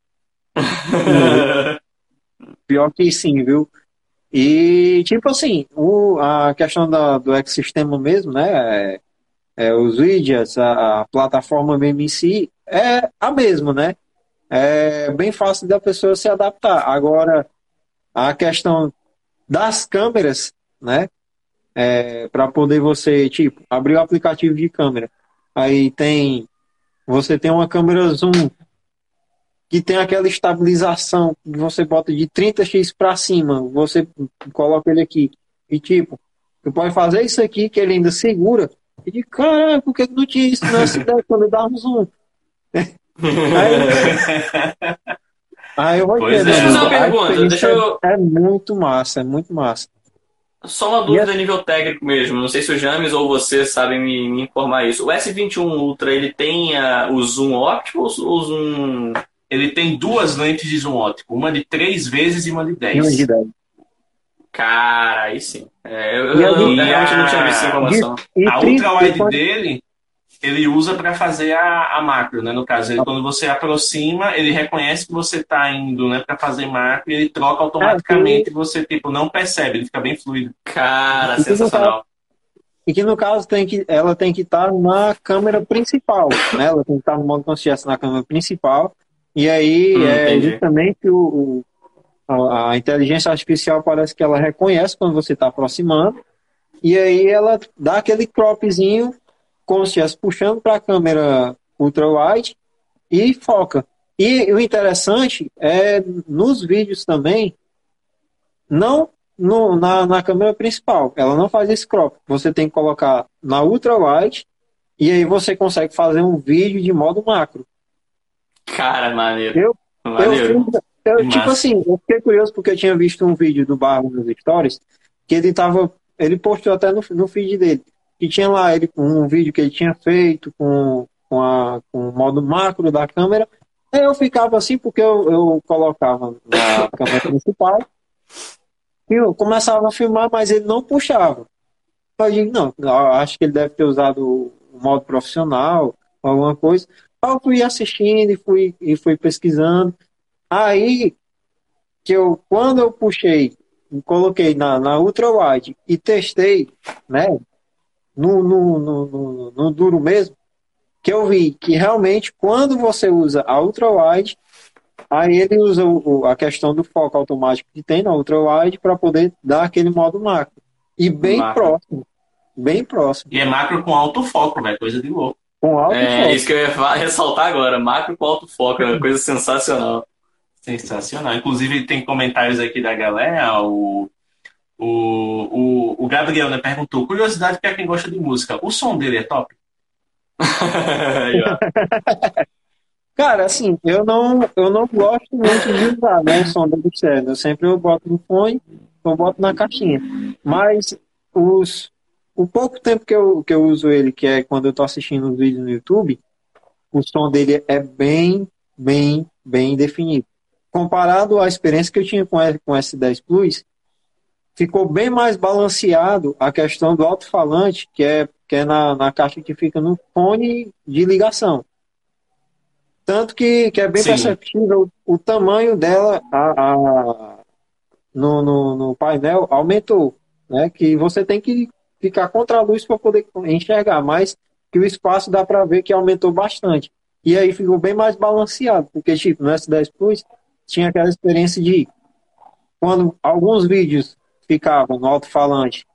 Pior que sim, viu? E, tipo assim, a questão do ecossistema mesmo, né? Os widgets, a plataforma mesmo em si, é a mesma, né? É bem fácil da pessoa se adaptar. Agora, a questão das câmeras, né? Para poder você, tipo, abrir o aplicativo de câmera. Aí você tem uma câmera zoom que tem aquela estabilização que você bota de 30x para cima, você coloca ele aqui e tipo, você pode fazer isso aqui que ele ainda segura. E de caramba, por que não tinha isso nessa ideia quando eu dava um zoom? Aí eu vou dizer, deixa eu fazer uma pergunta, é muito massa, é muito massa. Só uma dúvida a nível técnico mesmo. Não sei se o James ou você sabem me informar isso. O S21 Ultra, ele tem o zoom óptico ou o zoom... Ele tem duas lentes de zoom óptico, uma de 3 vezes e uma de E uma 10. de 10. Cara, aí sim. Eu E realmente não tinha visto essa informação. A ultra-wide dele, ele usa para fazer a macro, né? No caso, quando você aproxima, ele reconhece que você está indo, né, para fazer macro e ele troca automaticamente e você, tipo, não percebe, ele fica bem fluido. Cara, sensacional. E que no caso ela tem que estar na câmera principal, né? Ela tem que estar no modo como se estivesse na câmera principal. E aí justamente a inteligência artificial parece que ela reconhece quando você está aproximando. E aí ela dá aquele cropzinho como se estivesse puxando para a câmera ultra-wide e foca. E o interessante é nos vídeos também, não na câmera principal, ela não faz esse crop. Você tem que colocar na ultra-wide e aí você consegue fazer um vídeo de modo macro. Cara, maneiro. Maneiro. Tipo assim, eu fiquei curioso porque eu tinha visto um vídeo do Barro nos Stories que ele postou até no feed dele, que tinha lá um vídeo que ele tinha feito com o modo macro da câmera. Aí eu ficava assim porque eu colocava na câmera principal e eu começava a filmar, mas ele não puxava. Eu digo, não, eu acho que ele deve ter usado o modo profissional, alguma coisa. Aí eu fui assistindo e fui pesquisando. Aí, quando eu puxei, coloquei na ultra-wide e testei, né, no duro mesmo, que eu vi que realmente quando você usa a ultra-wide, aí ele usa a questão do foco automático que tem na ultra-wide para poder dar aquele modo macro. E bem próximo. Bem próximo. E é macro com alto foco, velho, coisa de louco. Com alto foco. Isso que eu ia ressaltar agora, macro com alto foco, é uma coisa sensacional. Sensacional. Inclusive, tem comentários aqui da galera. O Gabriel, né, perguntou: curiosidade para quem gosta de música, o som dele é top? Cara, assim, eu não gosto muito de usar, né, o som do externo. Eu boto no fone, eu boto na caixinha. Mas o pouco tempo que eu uso ele, que é quando eu tô assistindo os vídeos no YouTube, o som dele é bem, bem, bem definido. Comparado à experiência que eu tinha com o S10 Plus, ficou bem mais balanceado a questão do alto-falante, que é na caixa que fica no fone de ligação. Tanto que é bem perceptível o tamanho dela no painel aumentou, né? Que você tem que ficar contra a luz para poder enxergar, mas que o espaço dá para ver que aumentou bastante. E aí ficou bem mais balanceado, porque tipo, no S10 Plus tinha aquela experiência de quando alguns vídeos ficavam no alto-falante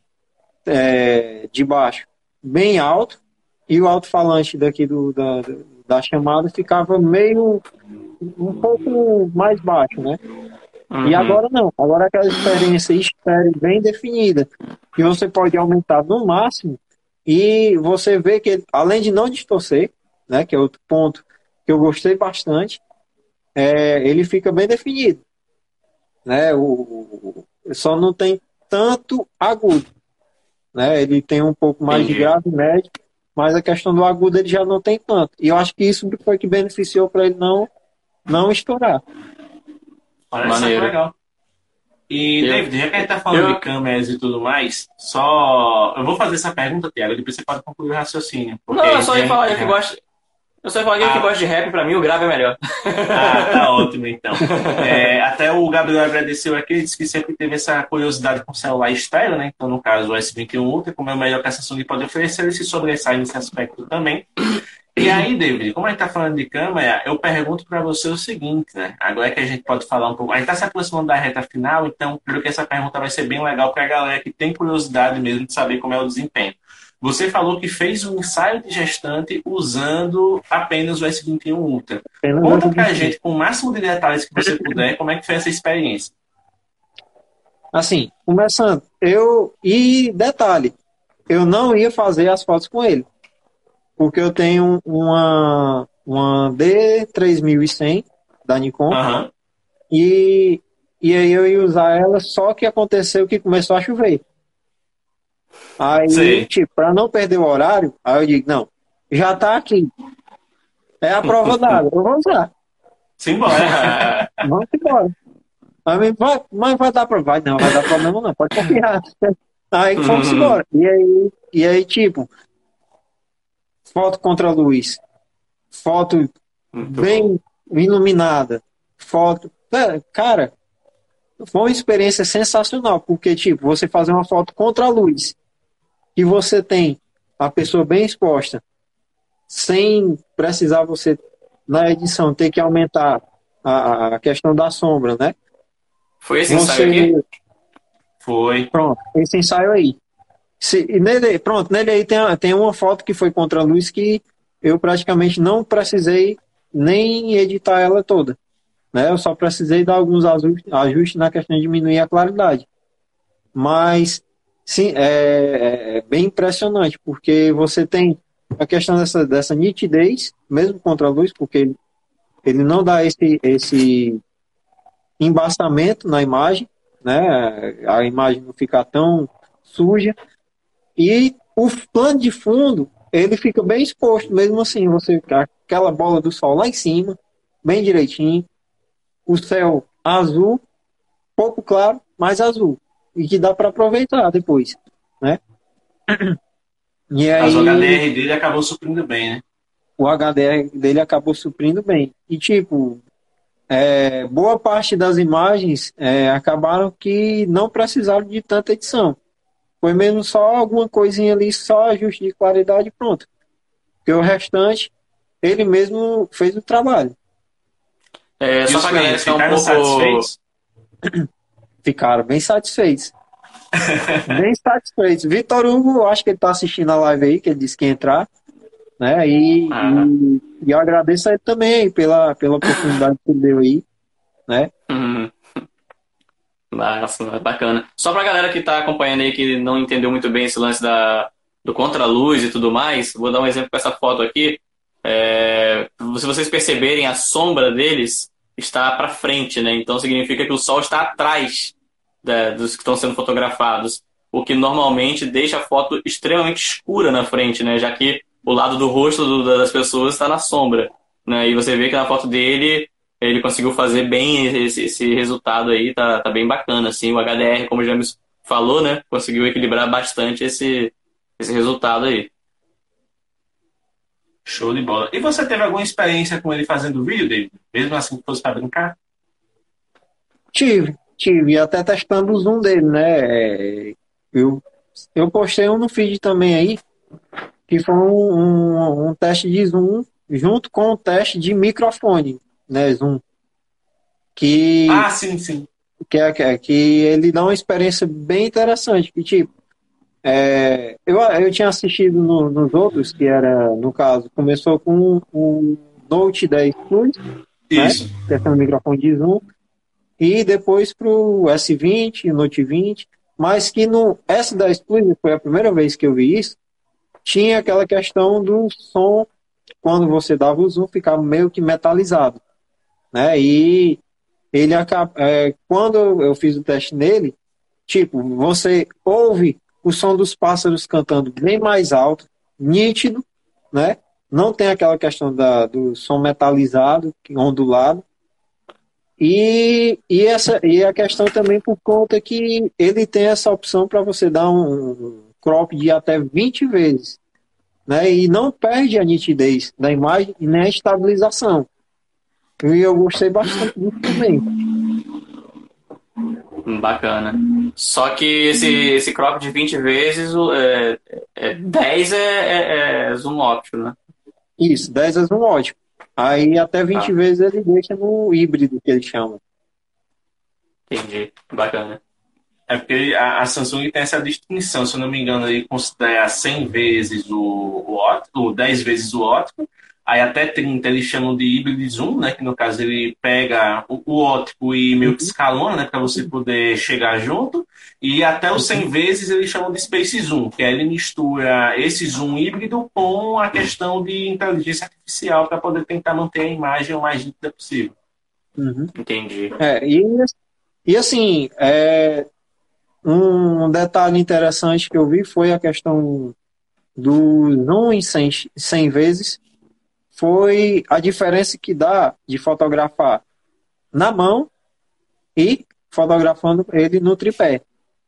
de baixo bem alto e o alto-falante daqui da chamada ficava um pouco mais baixo, né? Uhum. E agora não, agora aquela experiência estéreo bem definida, que você pode aumentar no máximo e você vê que além de não distorcer, né, que é outro ponto que eu gostei bastante, ele fica bem definido, né? Só não tem tanto agudo, né? Ele tem um pouco mais de grave e médio, mas a questão do agudo ele já não tem tanto. E eu acho que isso foi que beneficiou para ele não estourar. Parece ser legal. E, David, já que a gente tá falando de câmeras e tudo mais, eu vou fazer essa pergunta, Thiago, depois você pode concluir o raciocínio. Não, eu só ia falar que gosta. Eu só falei que gosta de rap, pra mim o grave é melhor. Tá ótimo então. Até o Gabriel agradeceu aqui, ele disse que sempre teve essa curiosidade com o celular estéreo, né? Então, no caso, o S21 Ultra, como é a melhor que a Samsung pode oferecer, ele se sobressai nesse aspecto também. E aí, David, como a gente tá falando de câmera, eu pergunto para você o seguinte, né? Agora é que a gente pode falar um pouco. A gente tá se aproximando da reta final, então, creio que essa pergunta vai ser bem legal para a galera que tem curiosidade mesmo de saber como é o desempenho. Você falou que fez um ensaio de gestante usando apenas o S21 Ultra. Conta pra gente, com o máximo de detalhes que você puder, como é que foi essa experiência. Assim, começando, e detalhe, eu não ia fazer as fotos com ele, porque eu tenho uma D3100 da Nikon, e e aí eu ia usar ela, só que aconteceu que começou a chover. Aí, Sei. tipo, para não perder o horário, aí eu digo, não, já tá aqui, é a prova d'água, eu vou usar, Simbora. vamos embora. Aí, mas vai dar problema, vai não, vai dar problema não, pode confiar. Aí fomos embora. E aí, tipo, foto contra a luz, foto Muito bom. bem iluminada, foto. Cara, foi uma experiência sensacional, porque, tipo, você fazer uma foto contra a luz e você tem a pessoa bem exposta, sem precisar você, na edição, ter que aumentar a questão da sombra, né? Foi esse ensaio aqui? Você, Foi. pronto, esse ensaio aí. E nele, pronto, nele aí tem uma foto que foi contra a luz que eu praticamente não precisei nem editar ela toda, né? Eu só precisei dar alguns ajustes na questão de diminuir a claridade. Mas, sim, é bem impressionante, porque você tem a questão dessa nitidez, mesmo contra a luz, porque ele não dá esse embaçamento na imagem, né? A imagem não fica tão suja. E o plano de fundo, ele fica bem exposto, mesmo assim, você aquela bola do sol lá em cima, bem direitinho, o céu azul, pouco claro, mas azul, e que dá para aproveitar depois, né? E Mas o aí HDR dele acabou suprindo bem, né? o HDR dele acabou suprindo bem. E tipo, boa parte das imagens acabaram que não precisaram de tanta edição. Foi mesmo só alguma coisinha ali, só ajuste de claridade e pronto. Porque o restante, ele mesmo fez o trabalho. É, E só os pra galera clientes ficar um ficaram pouco. satisfeitos? Ficaram bem satisfeitos. Bem satisfeitos. Vitor Hugo, acho que ele está assistindo a live aí, que ele disse que ia entrar. Né? Ah, E eu agradeço a ele também pela oportunidade que ele deu aí. Né? uhum. Massa, bacana. Só pra galera que tá acompanhando aí que não entendeu muito bem esse lance do contraluz e tudo mais, vou dar um exemplo com essa foto aqui. Se vocês perceberem, a sombra deles está para frente, né? Então significa que o sol está atrás dos que estão sendo fotografados, o que normalmente deixa a foto extremamente escura na frente, né? Já que o lado do rosto das pessoas está na sombra, né? E você vê que na foto dele ele conseguiu fazer bem esse resultado aí, tá bem bacana, assim. O HDR, como o James falou, né? Conseguiu equilibrar bastante esse resultado aí. Show de bola. E você teve alguma experiência com ele fazendo vídeo, David? Mesmo assim que fosse para brincar? Tive, até testando o zoom dele, né? Eu, eu postei um no feed também aí, que foi um teste de zoom junto com o teste de microfone, né? Zoom, que, Ah, sim, sim. que ele dá uma experiência bem interessante, que tipo, eu tinha assistido nos outros, que era, no caso, começou com o Note 10 Plus, né? Isso. Questão do microfone de zoom, e depois para o S20, Note 20, mas que no S10 Plus, foi a primeira vez que eu vi isso, tinha aquela questão do som, quando você dava o zoom, ficava meio que metalizado, né? E ele acaba, quando eu fiz o teste nele, tipo, você ouve o som dos pássaros cantando bem mais alto, nítido, né? Não tem aquela questão do som metalizado, ondulado. E a questão também por conta que ele tem essa opção para você dar um crop de até 20 vezes, né? E não perde a nitidez da imagem e nem a estabilização. E eu gostei bastante disso também. Bacana. Só que esse crop de 20 vezes, 10 é zoom óptico, né? Isso, 10 é um ótimo. Aí até 20 Tá, vezes ele deixa no híbrido, que ele chama. entendi. Bacana. É porque a Samsung tem essa distinção, se eu não me engano, ele considera 100 vezes o óptico, 10 vezes o óptico, aí até 30 eles chamam de híbrido zoom, né? Que no caso ele pega o óptico e meio que Uhum, escalona, né? Para você poder chegar junto, e até os 100 uhum. vezes eles chamam de space zoom, que aí ele mistura esse zoom híbrido com a questão de inteligência artificial para poder tentar manter a imagem o mais nítida possível. Uhum. Entendi. É, e E assim, um detalhe interessante que eu vi foi a questão do zoom em 100 vezes, foi a diferença que dá de fotografar na mão e fotografando ele no tripé.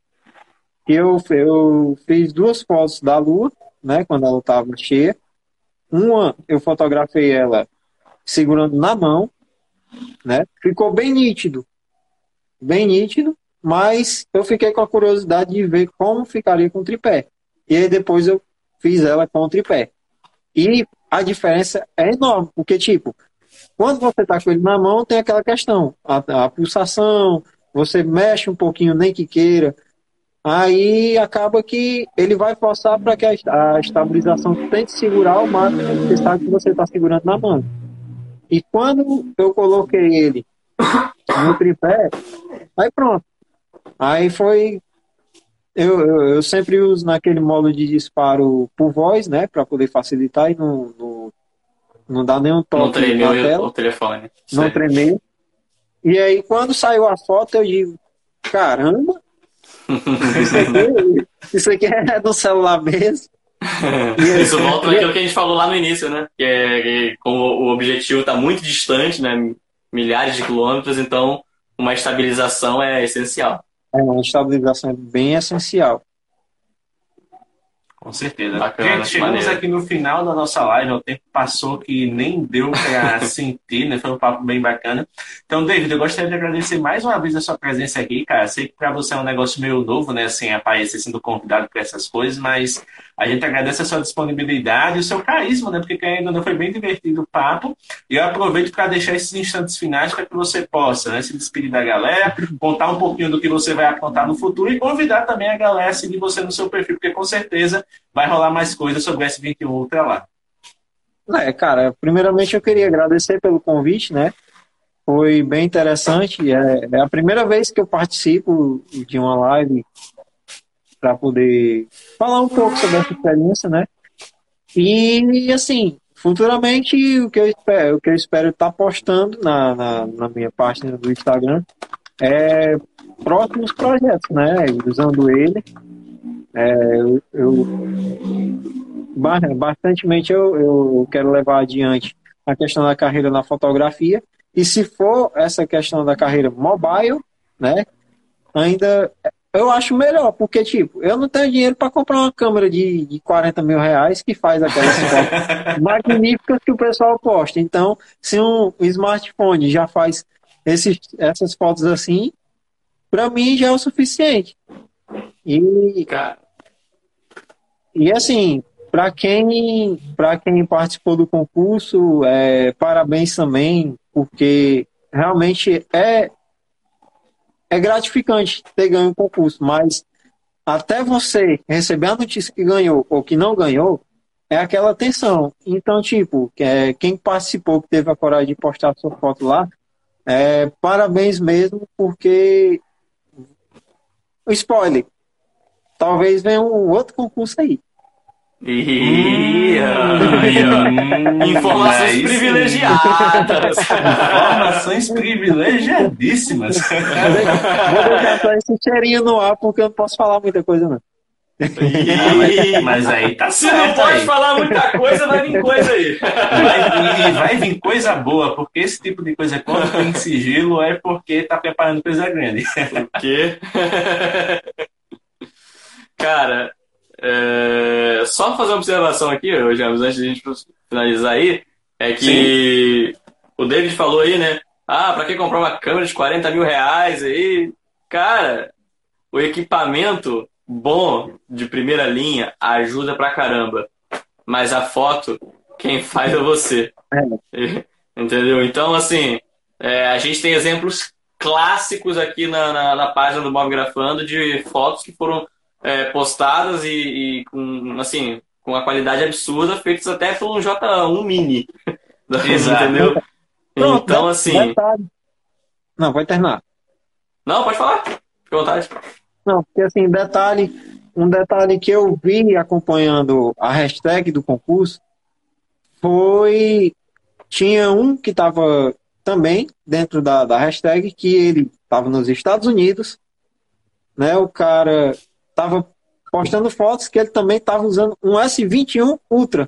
Eu fiz 2 fotos da Lua, né, quando ela estava cheia. Uma eu fotografei ela segurando na mão, né? Ficou bem nítido, mas eu fiquei com a curiosidade de ver como ficaria com o tripé. E aí depois eu fiz ela com o tripé. E a diferença é enorme, porque, tipo, quando você está com ele na mão, tem aquela questão, a pulsação, você mexe um pouquinho, nem que queira, aí acaba que ele vai forçar para que a estabilização tente segurar o máximo que você sabe que você está segurando na mão. E quando eu coloquei ele no tripé, aí pronto. Aí foi. Eu sempre uso naquele modo de disparo por voz, né? Para poder facilitar e não dar nenhum Não toque na tremeu tela. o telefone. Não tremer. E aí, quando saiu a foto, eu digo: caramba, isso aqui é do celular mesmo. Isso volta naquilo que a gente falou lá no início, né? Que como o objetivo está muito distante, né? Milhares de quilômetros, então uma estabilização é essencial. Uma estabilização é bem essencial. Com certeza. Bacana, Gente, chegamos maneiro. aqui no final da nossa live, o tempo passou que nem deu para sentir, né? Foi um papo bem bacana. Então, David, eu gostaria de agradecer mais uma vez a sua presença aqui, cara. Sei que para você é um negócio meio novo, né? Assim, aparecer sendo convidado para essas coisas, mas a gente agradece a sua disponibilidade e o seu carisma, né? Porque ainda não foi bem divertido o papo. E eu aproveito para deixar esses instantes finais para que você possa, né, se despedir da galera, contar um pouquinho do que você vai aprontar no futuro e convidar também a galera a seguir você no seu perfil, porque com certeza vai rolar mais coisas sobre o S21 Ultra lá. Cara, primeiramente eu queria agradecer pelo convite, né? Foi bem interessante. É a primeira vez que eu participo de uma live para poder falar um pouco sobre essa experiência, né? E, assim, futuramente o que eu espero estar postando na minha página do Instagram é próximos projetos, né? Usando ele. Bastantemente eu quero levar adiante a questão da carreira na fotografia. E se for essa questão da carreira mobile, né? Ainda eu acho melhor, porque, tipo, eu não tenho dinheiro para comprar uma câmera de 40 mil reais que faz aquelas fotos magníficas que o pessoal posta. Então, se um smartphone já faz essas fotos assim, para mim já é o suficiente. E assim, para quem participou do concurso, parabéns também, porque realmente é gratificante ter ganho o concurso, mas até você receber a notícia que ganhou ou que não ganhou, é aquela tensão. Então, tipo, quem participou, que teve a coragem de postar sua foto lá, parabéns mesmo, porque spoiler, talvez venha um outro concurso aí. Informações privilegiadas. Informações privilegiadíssimas. Vou deixar só esse cheirinho no ar, porque eu não posso falar muita coisa, não. Mas aí tá Se certo. não pode aí. falar muita coisa, vai vir coisa aí. Vai vir coisa boa, porque esse tipo de coisa, quando tem sigilo, é porque tá preparando coisa grande. O quê? Cara, só fazer uma observação aqui, James, antes de a gente finalizar aí, é que o David falou aí, né? Pra que comprar uma câmera de 40 mil reais aí? Cara, o equipamento bom de primeira linha ajuda pra caramba, mas a foto, quem faz é você. Entendeu? Então, assim, a gente tem exemplos clássicos aqui na página do Mob Grafando de fotos que foram postadas e com, assim, com a qualidade absurda, feitas até por um J1 Mini. Exato. Entendeu? Pronto, Então, assim... Detalhe. Não, vai terminar. Não, pode falar. Fique à vontade. Não, porque assim, um detalhe que eu vi acompanhando a hashtag do concurso tinha um que estava também dentro da hashtag, que ele estava nos Estados Unidos, né? O cara estava postando fotos que ele também estava usando um S21 Ultra.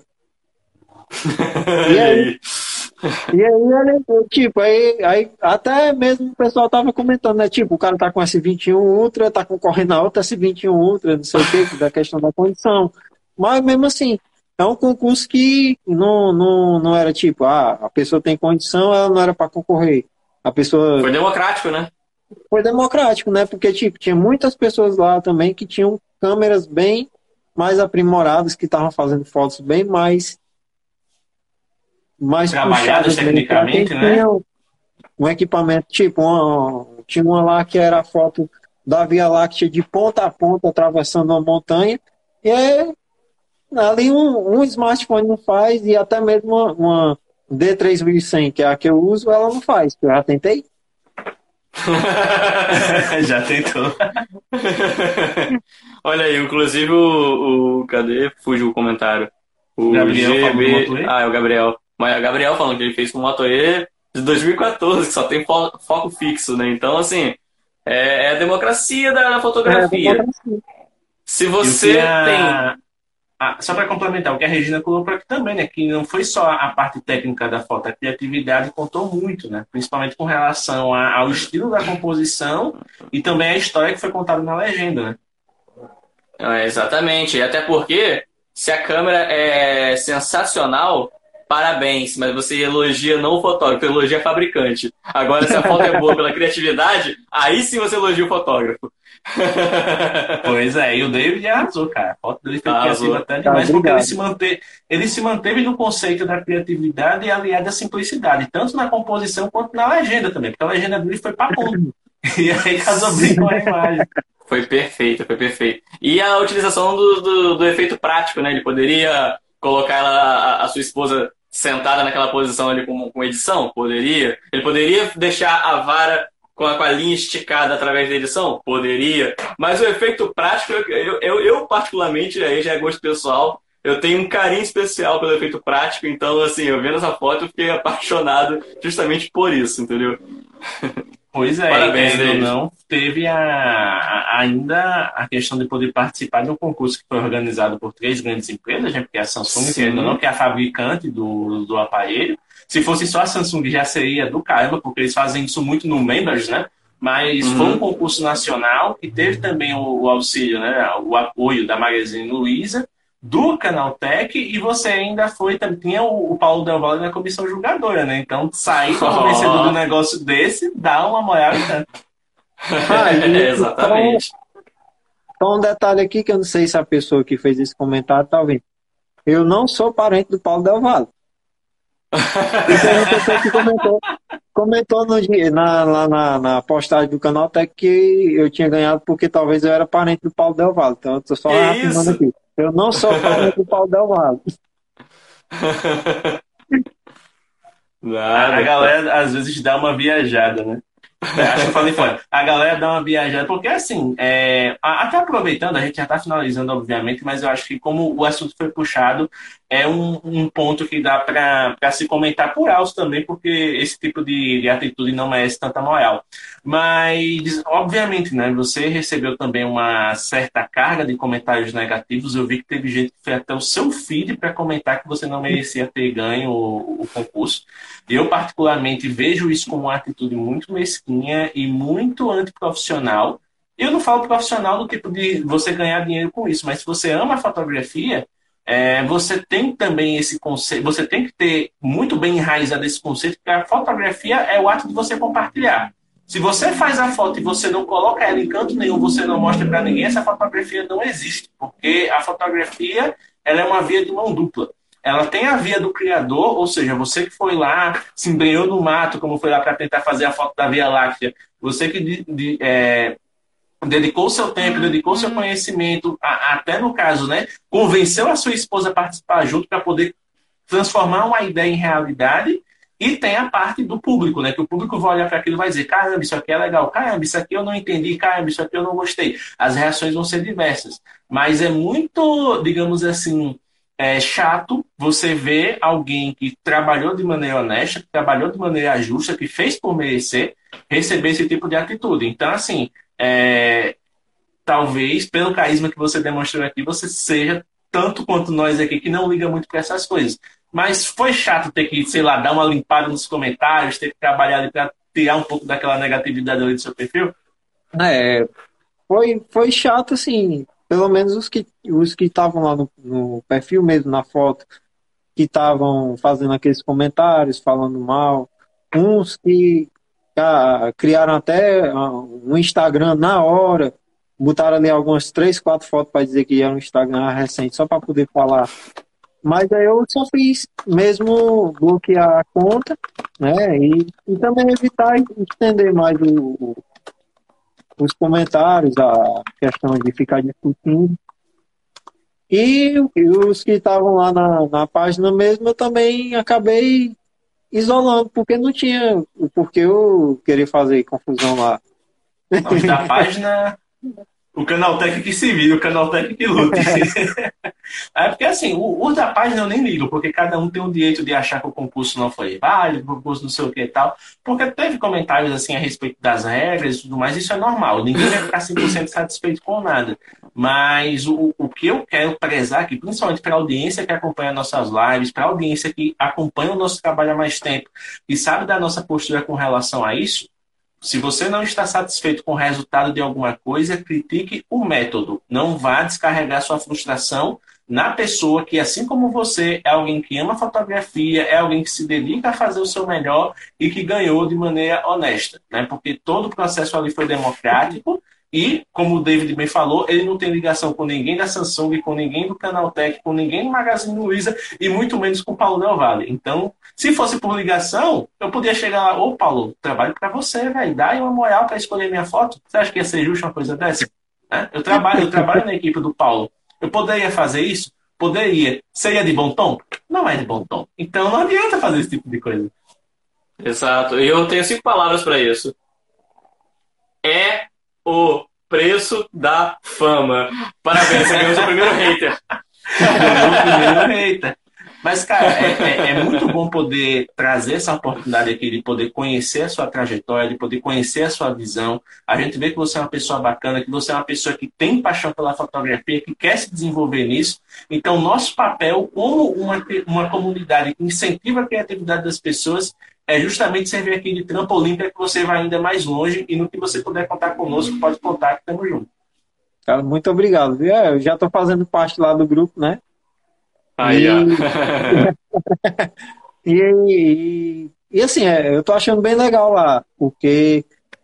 E aí, ele, tipo, aí até mesmo o pessoal tava comentando, né? Tipo, o cara tá com S21 Ultra, tá concorrendo a outra S21 Ultra, não sei o que, da questão da condição. Mas mesmo assim, é um concurso que não era tipo, a pessoa tem condição, ela não era para concorrer. A pessoa. Foi democrático, né? Foi democrático, né? Porque, tipo, tinha muitas pessoas lá também que tinham câmeras bem mais aprimoradas, que estavam fazendo fotos bem mais Trabalhadas puxadas mesmo, pra quem tecnicamente, né? tinha um equipamento, tipo, tinha uma lá que era a foto da Via Láctea de ponta a ponta, atravessando uma montanha, e é, ali um smartphone não faz, e até mesmo uma D3100, que é a que eu uso, ela não faz, que eu já tentei. Já tentou. Olha aí, inclusive cadê? Fugiu o comentário. O Gabriel falou do GB. Moto E? Ah, é o Gabriel. Mas é o Gabriel falando que ele fez com o Moto E de 2014, que só tem foco fixo, né? Então, assim, é a democracia da fotografia. Se você tem. Só para complementar, o que a Regina colocou aqui também, né? Que não foi só a parte técnica da foto, a criatividade contou muito, né? Principalmente com relação ao estilo da composição e também a história que foi contada na legenda, né? Exatamente, e até porque se a câmera é sensacional, parabéns, mas você elogia não o fotógrafo, elogia a fabricante. Agora, se a foto é boa pela criatividade, aí sim você elogia o fotógrafo. Pois é, e o David arrasou, cara. A foto dele foi criativa até demais, porque ele se manteve no conceito da criatividade e aliado à simplicidade, tanto na composição quanto na legenda também, porque a legenda dele foi papum. E aí casou bem com a imagem. Foi perfeito, foi perfeito. E a utilização do efeito prático, né? Ele poderia colocar a sua esposa sentada naquela posição ali com edição? Poderia. Ele poderia deixar a vara com a linha esticada através da edição? Poderia. Mas o efeito prático, eu particularmente, aí já é gosto pessoal, eu tenho um carinho especial pelo efeito prático, então, assim, eu vendo essa foto, eu fiquei apaixonado justamente por isso, entendeu? Pois é, parabéns, ou não, teve ainda a questão de poder participar de um concurso que foi organizado por 3 grandes empresas, né, porque a Samsung, que é a fabricante do aparelho. Se fosse só a Samsung, já seria do caramba, porque eles fazem isso muito no Members, né? Mas foi um concurso nacional que teve também o auxílio, né, o apoio da Magazine Luiza, do Canaltech, e você ainda tinha o Paulo Del Valle na comissão julgadora, né? Então, sair como vencedor do negócio desse dá uma moral e tanto. Exatamente. Só um detalhe aqui que eu não sei se a pessoa que fez esse comentário tá ouvindo. Eu não sou parente do Paulo Del Valle. Uma pessoa que comentou na postagem do Canaltech que eu tinha ganhado porque talvez eu era parente do Paulo Del Valle. Então, eu tô só afirmando aqui. Eu não sou parente do Paulo Del Valle. A galera às vezes dá uma viajada, né? Acho que eu falei fora. A galera dá uma viajada, porque assim, até aproveitando, a gente já está finalizando, obviamente, mas eu acho que como o assunto foi puxado, é um ponto que dá para se comentar por alto também, porque esse tipo de atitude não merece tanta moral. Mas, obviamente, né, você recebeu também uma certa carga de comentários negativos. Eu vi que teve gente que foi até o seu feed para comentar que você não merecia ter ganho o concurso. Eu, particularmente, vejo isso como uma atitude muito mesquinha e muito antiprofissional. Eu não falo profissional do tipo de você ganhar dinheiro com isso, mas se você ama a fotografia, você tem também esse conceito, você tem que ter muito bem enraizado esse conceito que a fotografia é o ato de você compartilhar. Se você faz a foto e você não coloca ela em canto nenhum, você não mostra para ninguém, essa fotografia não existe, porque a fotografia ela é uma via de mão dupla. Ela tem a via do criador, ou seja, você que foi lá, se embrenhou no mato, como foi lá para tentar fazer a foto da Via Láctea, você que dedicou seu tempo, dedicou seu conhecimento, até no caso, né, convenceu a sua esposa a participar junto para poder transformar uma ideia em realidade. E tem a parte do público, né, que o público vai olhar para aquilo e vai dizer: caramba, isso aqui é legal, caramba, isso aqui eu não entendi, caramba, isso aqui eu não gostei. As reações vão ser diversas, mas é muito, digamos assim, chato você ver alguém que trabalhou de maneira honesta, que trabalhou de maneira justa, que fez por merecer, receber esse tipo de atitude. Então, assim, talvez, pelo carisma que você demonstrou aqui, você seja tanto quanto nós aqui, que não liga muito para essas coisas. Mas foi chato ter que, sei lá, dar uma limpada nos comentários, ter que trabalhar ali para tirar um pouco daquela negatividade ali do seu perfil? É, foi chato, assim, pelo menos os que estavam lá no perfil mesmo, na foto, que estavam fazendo aqueles comentários, falando mal, uns que criaram até um Instagram na hora, botaram ali algumas 3, 4 fotos para dizer que era um Instagram recente, só para poder falar. Mas aí eu só fiz mesmo bloquear a conta, né? E também evitar estender mais os comentários, a questão de ficar discutindo. E os que estavam lá na página mesmo, eu também acabei isolando, porque não tinha o porquê eu querer fazer confusão lá. Os da página, o Canaltech que se vira, o Canaltech que lute. É porque, assim, o da página eu nem ligo, porque cada um tem o direito de achar que o concurso não foi válido, o concurso não sei o que e tal. Porque teve comentários, assim, a respeito das regras e tudo mais, isso é normal. Ninguém vai ficar 100% satisfeito com nada. Mas o que eu quero prezar aqui, principalmente para a audiência que acompanha nossas lives, para a audiência que acompanha o nosso trabalho há mais tempo e sabe da nossa postura com relação a isso, se você não está satisfeito com o resultado de alguma coisa, critique o método. Não vá descarregar sua frustração na pessoa que, assim como você, é alguém que ama fotografia, é alguém que se dedica a fazer o seu melhor e que ganhou de maneira honesta, né? Porque todo o processo ali foi democrático e, como o David bem falou, ele não tem ligação com ninguém da Samsung, com ninguém do Canaltech, com ninguém do Magazine Luiza e muito menos com o Paulo Del Valle. Então, se fosse por ligação, eu podia chegar lá, ô Paulo, trabalho para você, velho, dá aí uma moral para escolher minha foto. Você acha que ia ser justo uma coisa dessa? Né? Eu trabalho na equipe do Paulo. Eu poderia fazer isso? Poderia. Seria de bom tom? Não é de bom tom. Então não adianta fazer esse tipo de coisa. Exato. E eu tenho 5 palavras para isso. É o preço da fama. Parabéns, você ganhou o seu primeiro hater. Ganhou o primeiro hater. Mas, cara, é muito bom poder trazer essa oportunidade aqui de poder conhecer a sua trajetória, de poder conhecer a sua visão. A gente vê que você é uma pessoa bacana, que você é uma pessoa que tem paixão pela fotografia, que quer se desenvolver nisso. Então, nosso papel como uma comunidade que incentiva a criatividade das pessoas é justamente servir aqui de trampolim para que você vá ainda mais longe e no que você puder contar conosco, pode contar que estamos juntos. Cara, muito obrigado. Viu? Eu já estou fazendo parte lá do grupo, né? Aí, ó. E assim, eu tô achando bem legal lá, porque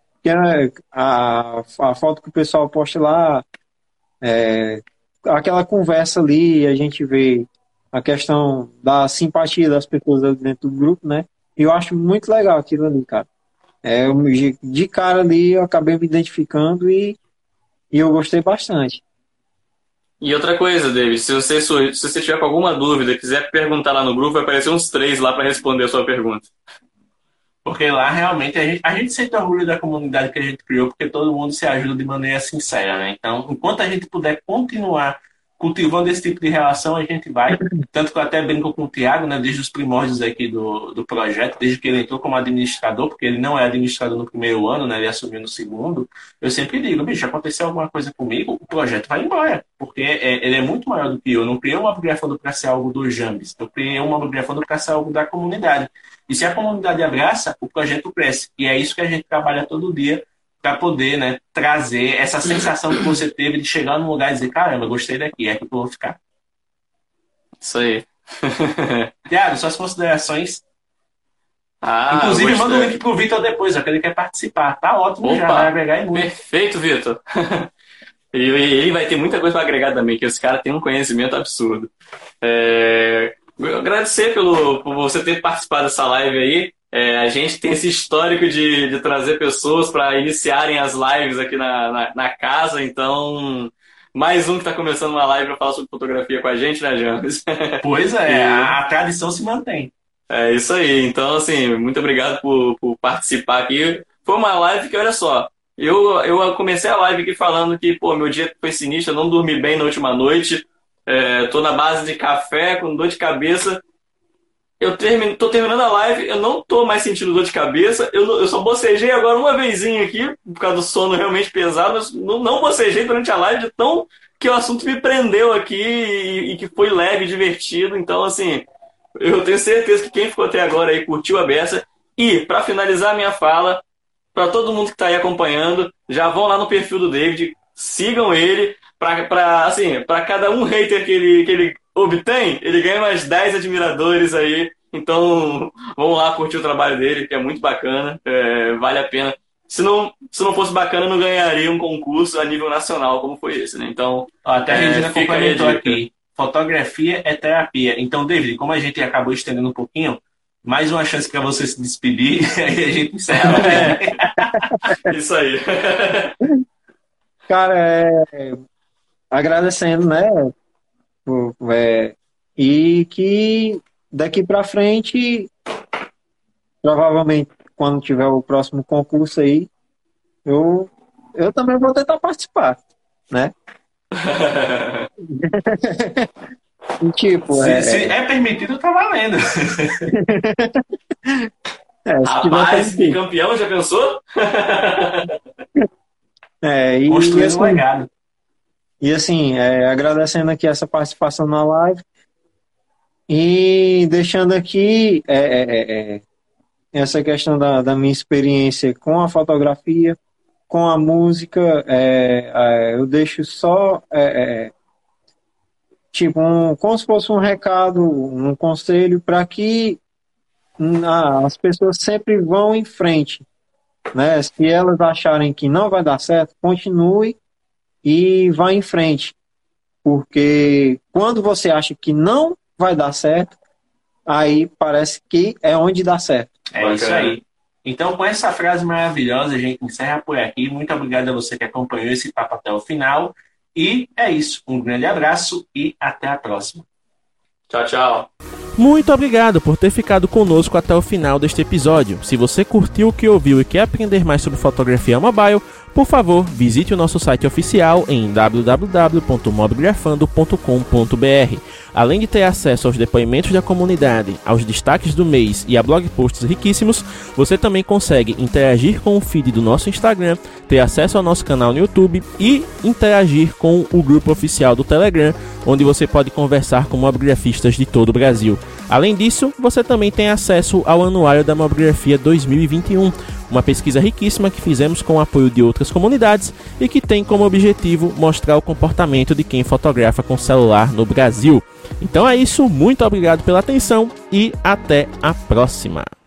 a foto que o pessoal posta lá, aquela conversa ali, a gente vê a questão da simpatia das pessoas ali dentro do grupo, né? E eu acho muito legal aquilo ali, cara. De cara ali eu acabei me identificando e eu gostei bastante. E outra coisa, David, se você tiver com alguma dúvida, quiser perguntar lá no grupo, vai aparecer uns 3 lá para responder a sua pergunta. Porque lá realmente a gente sente orgulho da comunidade que a gente criou, porque todo mundo se ajuda de maneira sincera, né? Então, enquanto a gente puder continuar cultivando esse tipo de relação, a gente vai. Tanto que eu até brinco com o Thiago, né? Desde os primórdios aqui do projeto, desde que ele entrou como administrador, porque ele não é administrador no primeiro ano, né? Ele assumiu no segundo. Eu sempre digo, bicho, aconteceu alguma coisa comigo, o projeto vai embora. Porque ele é muito maior do que eu. Eu não criei uma Mobigrafando para ser algo dos Jambes. Eu criei uma Mobigrafando para ser algo da comunidade. E se a comunidade abraça, o projeto cresce. E é isso que a gente trabalha todo dia para poder, né, trazer essa sensação que você teve de chegar num lugar e dizer, caramba, gostei daqui, é aqui que eu vou ficar. Isso aí. Thiago, suas considerações. Inclusive, manda um link pro Vitor depois, ó, que ele quer participar. Tá ótimo. Opa, já vai agregar em muito. Perfeito, Vitor. E ele vai ter muita coisa para agregar também, que esse cara tem um conhecimento absurdo. Eu agradecer por você ter participado dessa live aí. A gente tem esse histórico de trazer pessoas para iniciarem as lives aqui na casa, então mais um que está começando uma live para falar sobre fotografia com a gente, né, James? Pois é, a tradição se mantém. É isso aí, então assim, muito obrigado por participar aqui. Foi uma live que, olha só, eu comecei a live aqui falando que, pô, meu dia foi sinistro, eu não dormi bem na última noite, tô na base de café, com dor de cabeça. tô terminando a live, eu não tô mais sentindo dor de cabeça, eu só bocejei agora uma vezinha aqui, por causa do sono realmente pesado, mas não bocejei durante a live de tão que o assunto me prendeu aqui e que foi leve e divertido. Então, assim, eu tenho certeza que quem ficou até agora aí curtiu a beça. E, para finalizar a minha fala, para todo mundo que tá aí acompanhando, já vão lá no perfil do David, sigam ele, para cada um hater que ele obtém, ele ganha mais 10 admiradores aí. Então, vamos lá curtir o trabalho dele, que é muito bacana, vale a pena. Se não fosse bacana, não ganharia um concurso a nível nacional como foi esse, né? Então, até a Regina complementou aqui. Fotografia é terapia. Então, David, como a gente acabou estendendo um pouquinho, mais uma chance para você se despedir, aí a gente encerra. Isso aí. Cara, agradecendo, né? E que daqui para frente, provavelmente, quando tiver o próximo concurso aí, eu também vou tentar participar, né? E, tipo, se é permitido, tá valendo. Rapaz, bicampeão, já pensou? Construindo um legado. E assim, agradecendo aqui essa participação na live e deixando aqui essa questão da minha experiência com a fotografia, com a música, eu deixo só como se fosse um recado, um conselho para que as pessoas sempre vão em frente, né? Se elas acharem que não vai dar certo, continue e vá em frente, porque quando você acha que não vai dar certo, aí parece que é onde dá certo. É isso aí. Então, com essa frase maravilhosa, a gente encerra por aqui. Muito obrigado a você que acompanhou esse papo até o final. E é isso. Um grande abraço e até a próxima. Tchau, tchau. Muito obrigado por ter ficado conosco até o final deste episódio. Se você curtiu o que ouviu e quer aprender mais sobre fotografia mobile, por favor, visite o nosso site oficial em www.mobgrafando.com.br. Além de ter acesso aos depoimentos da comunidade, aos destaques do mês e a blog posts riquíssimos, você também consegue interagir com o feed do nosso Instagram, ter acesso ao nosso canal no YouTube e interagir com o grupo oficial do Telegram, onde você pode conversar com mobgrafistas de todo o Brasil. Além disso, você também tem acesso ao Anuário da Mobigrafia 2021, uma pesquisa riquíssima que fizemos com o apoio de outras comunidades e que tem como objetivo mostrar o comportamento de quem fotografa com celular no Brasil. Então é isso, muito obrigado pela atenção e até a próxima!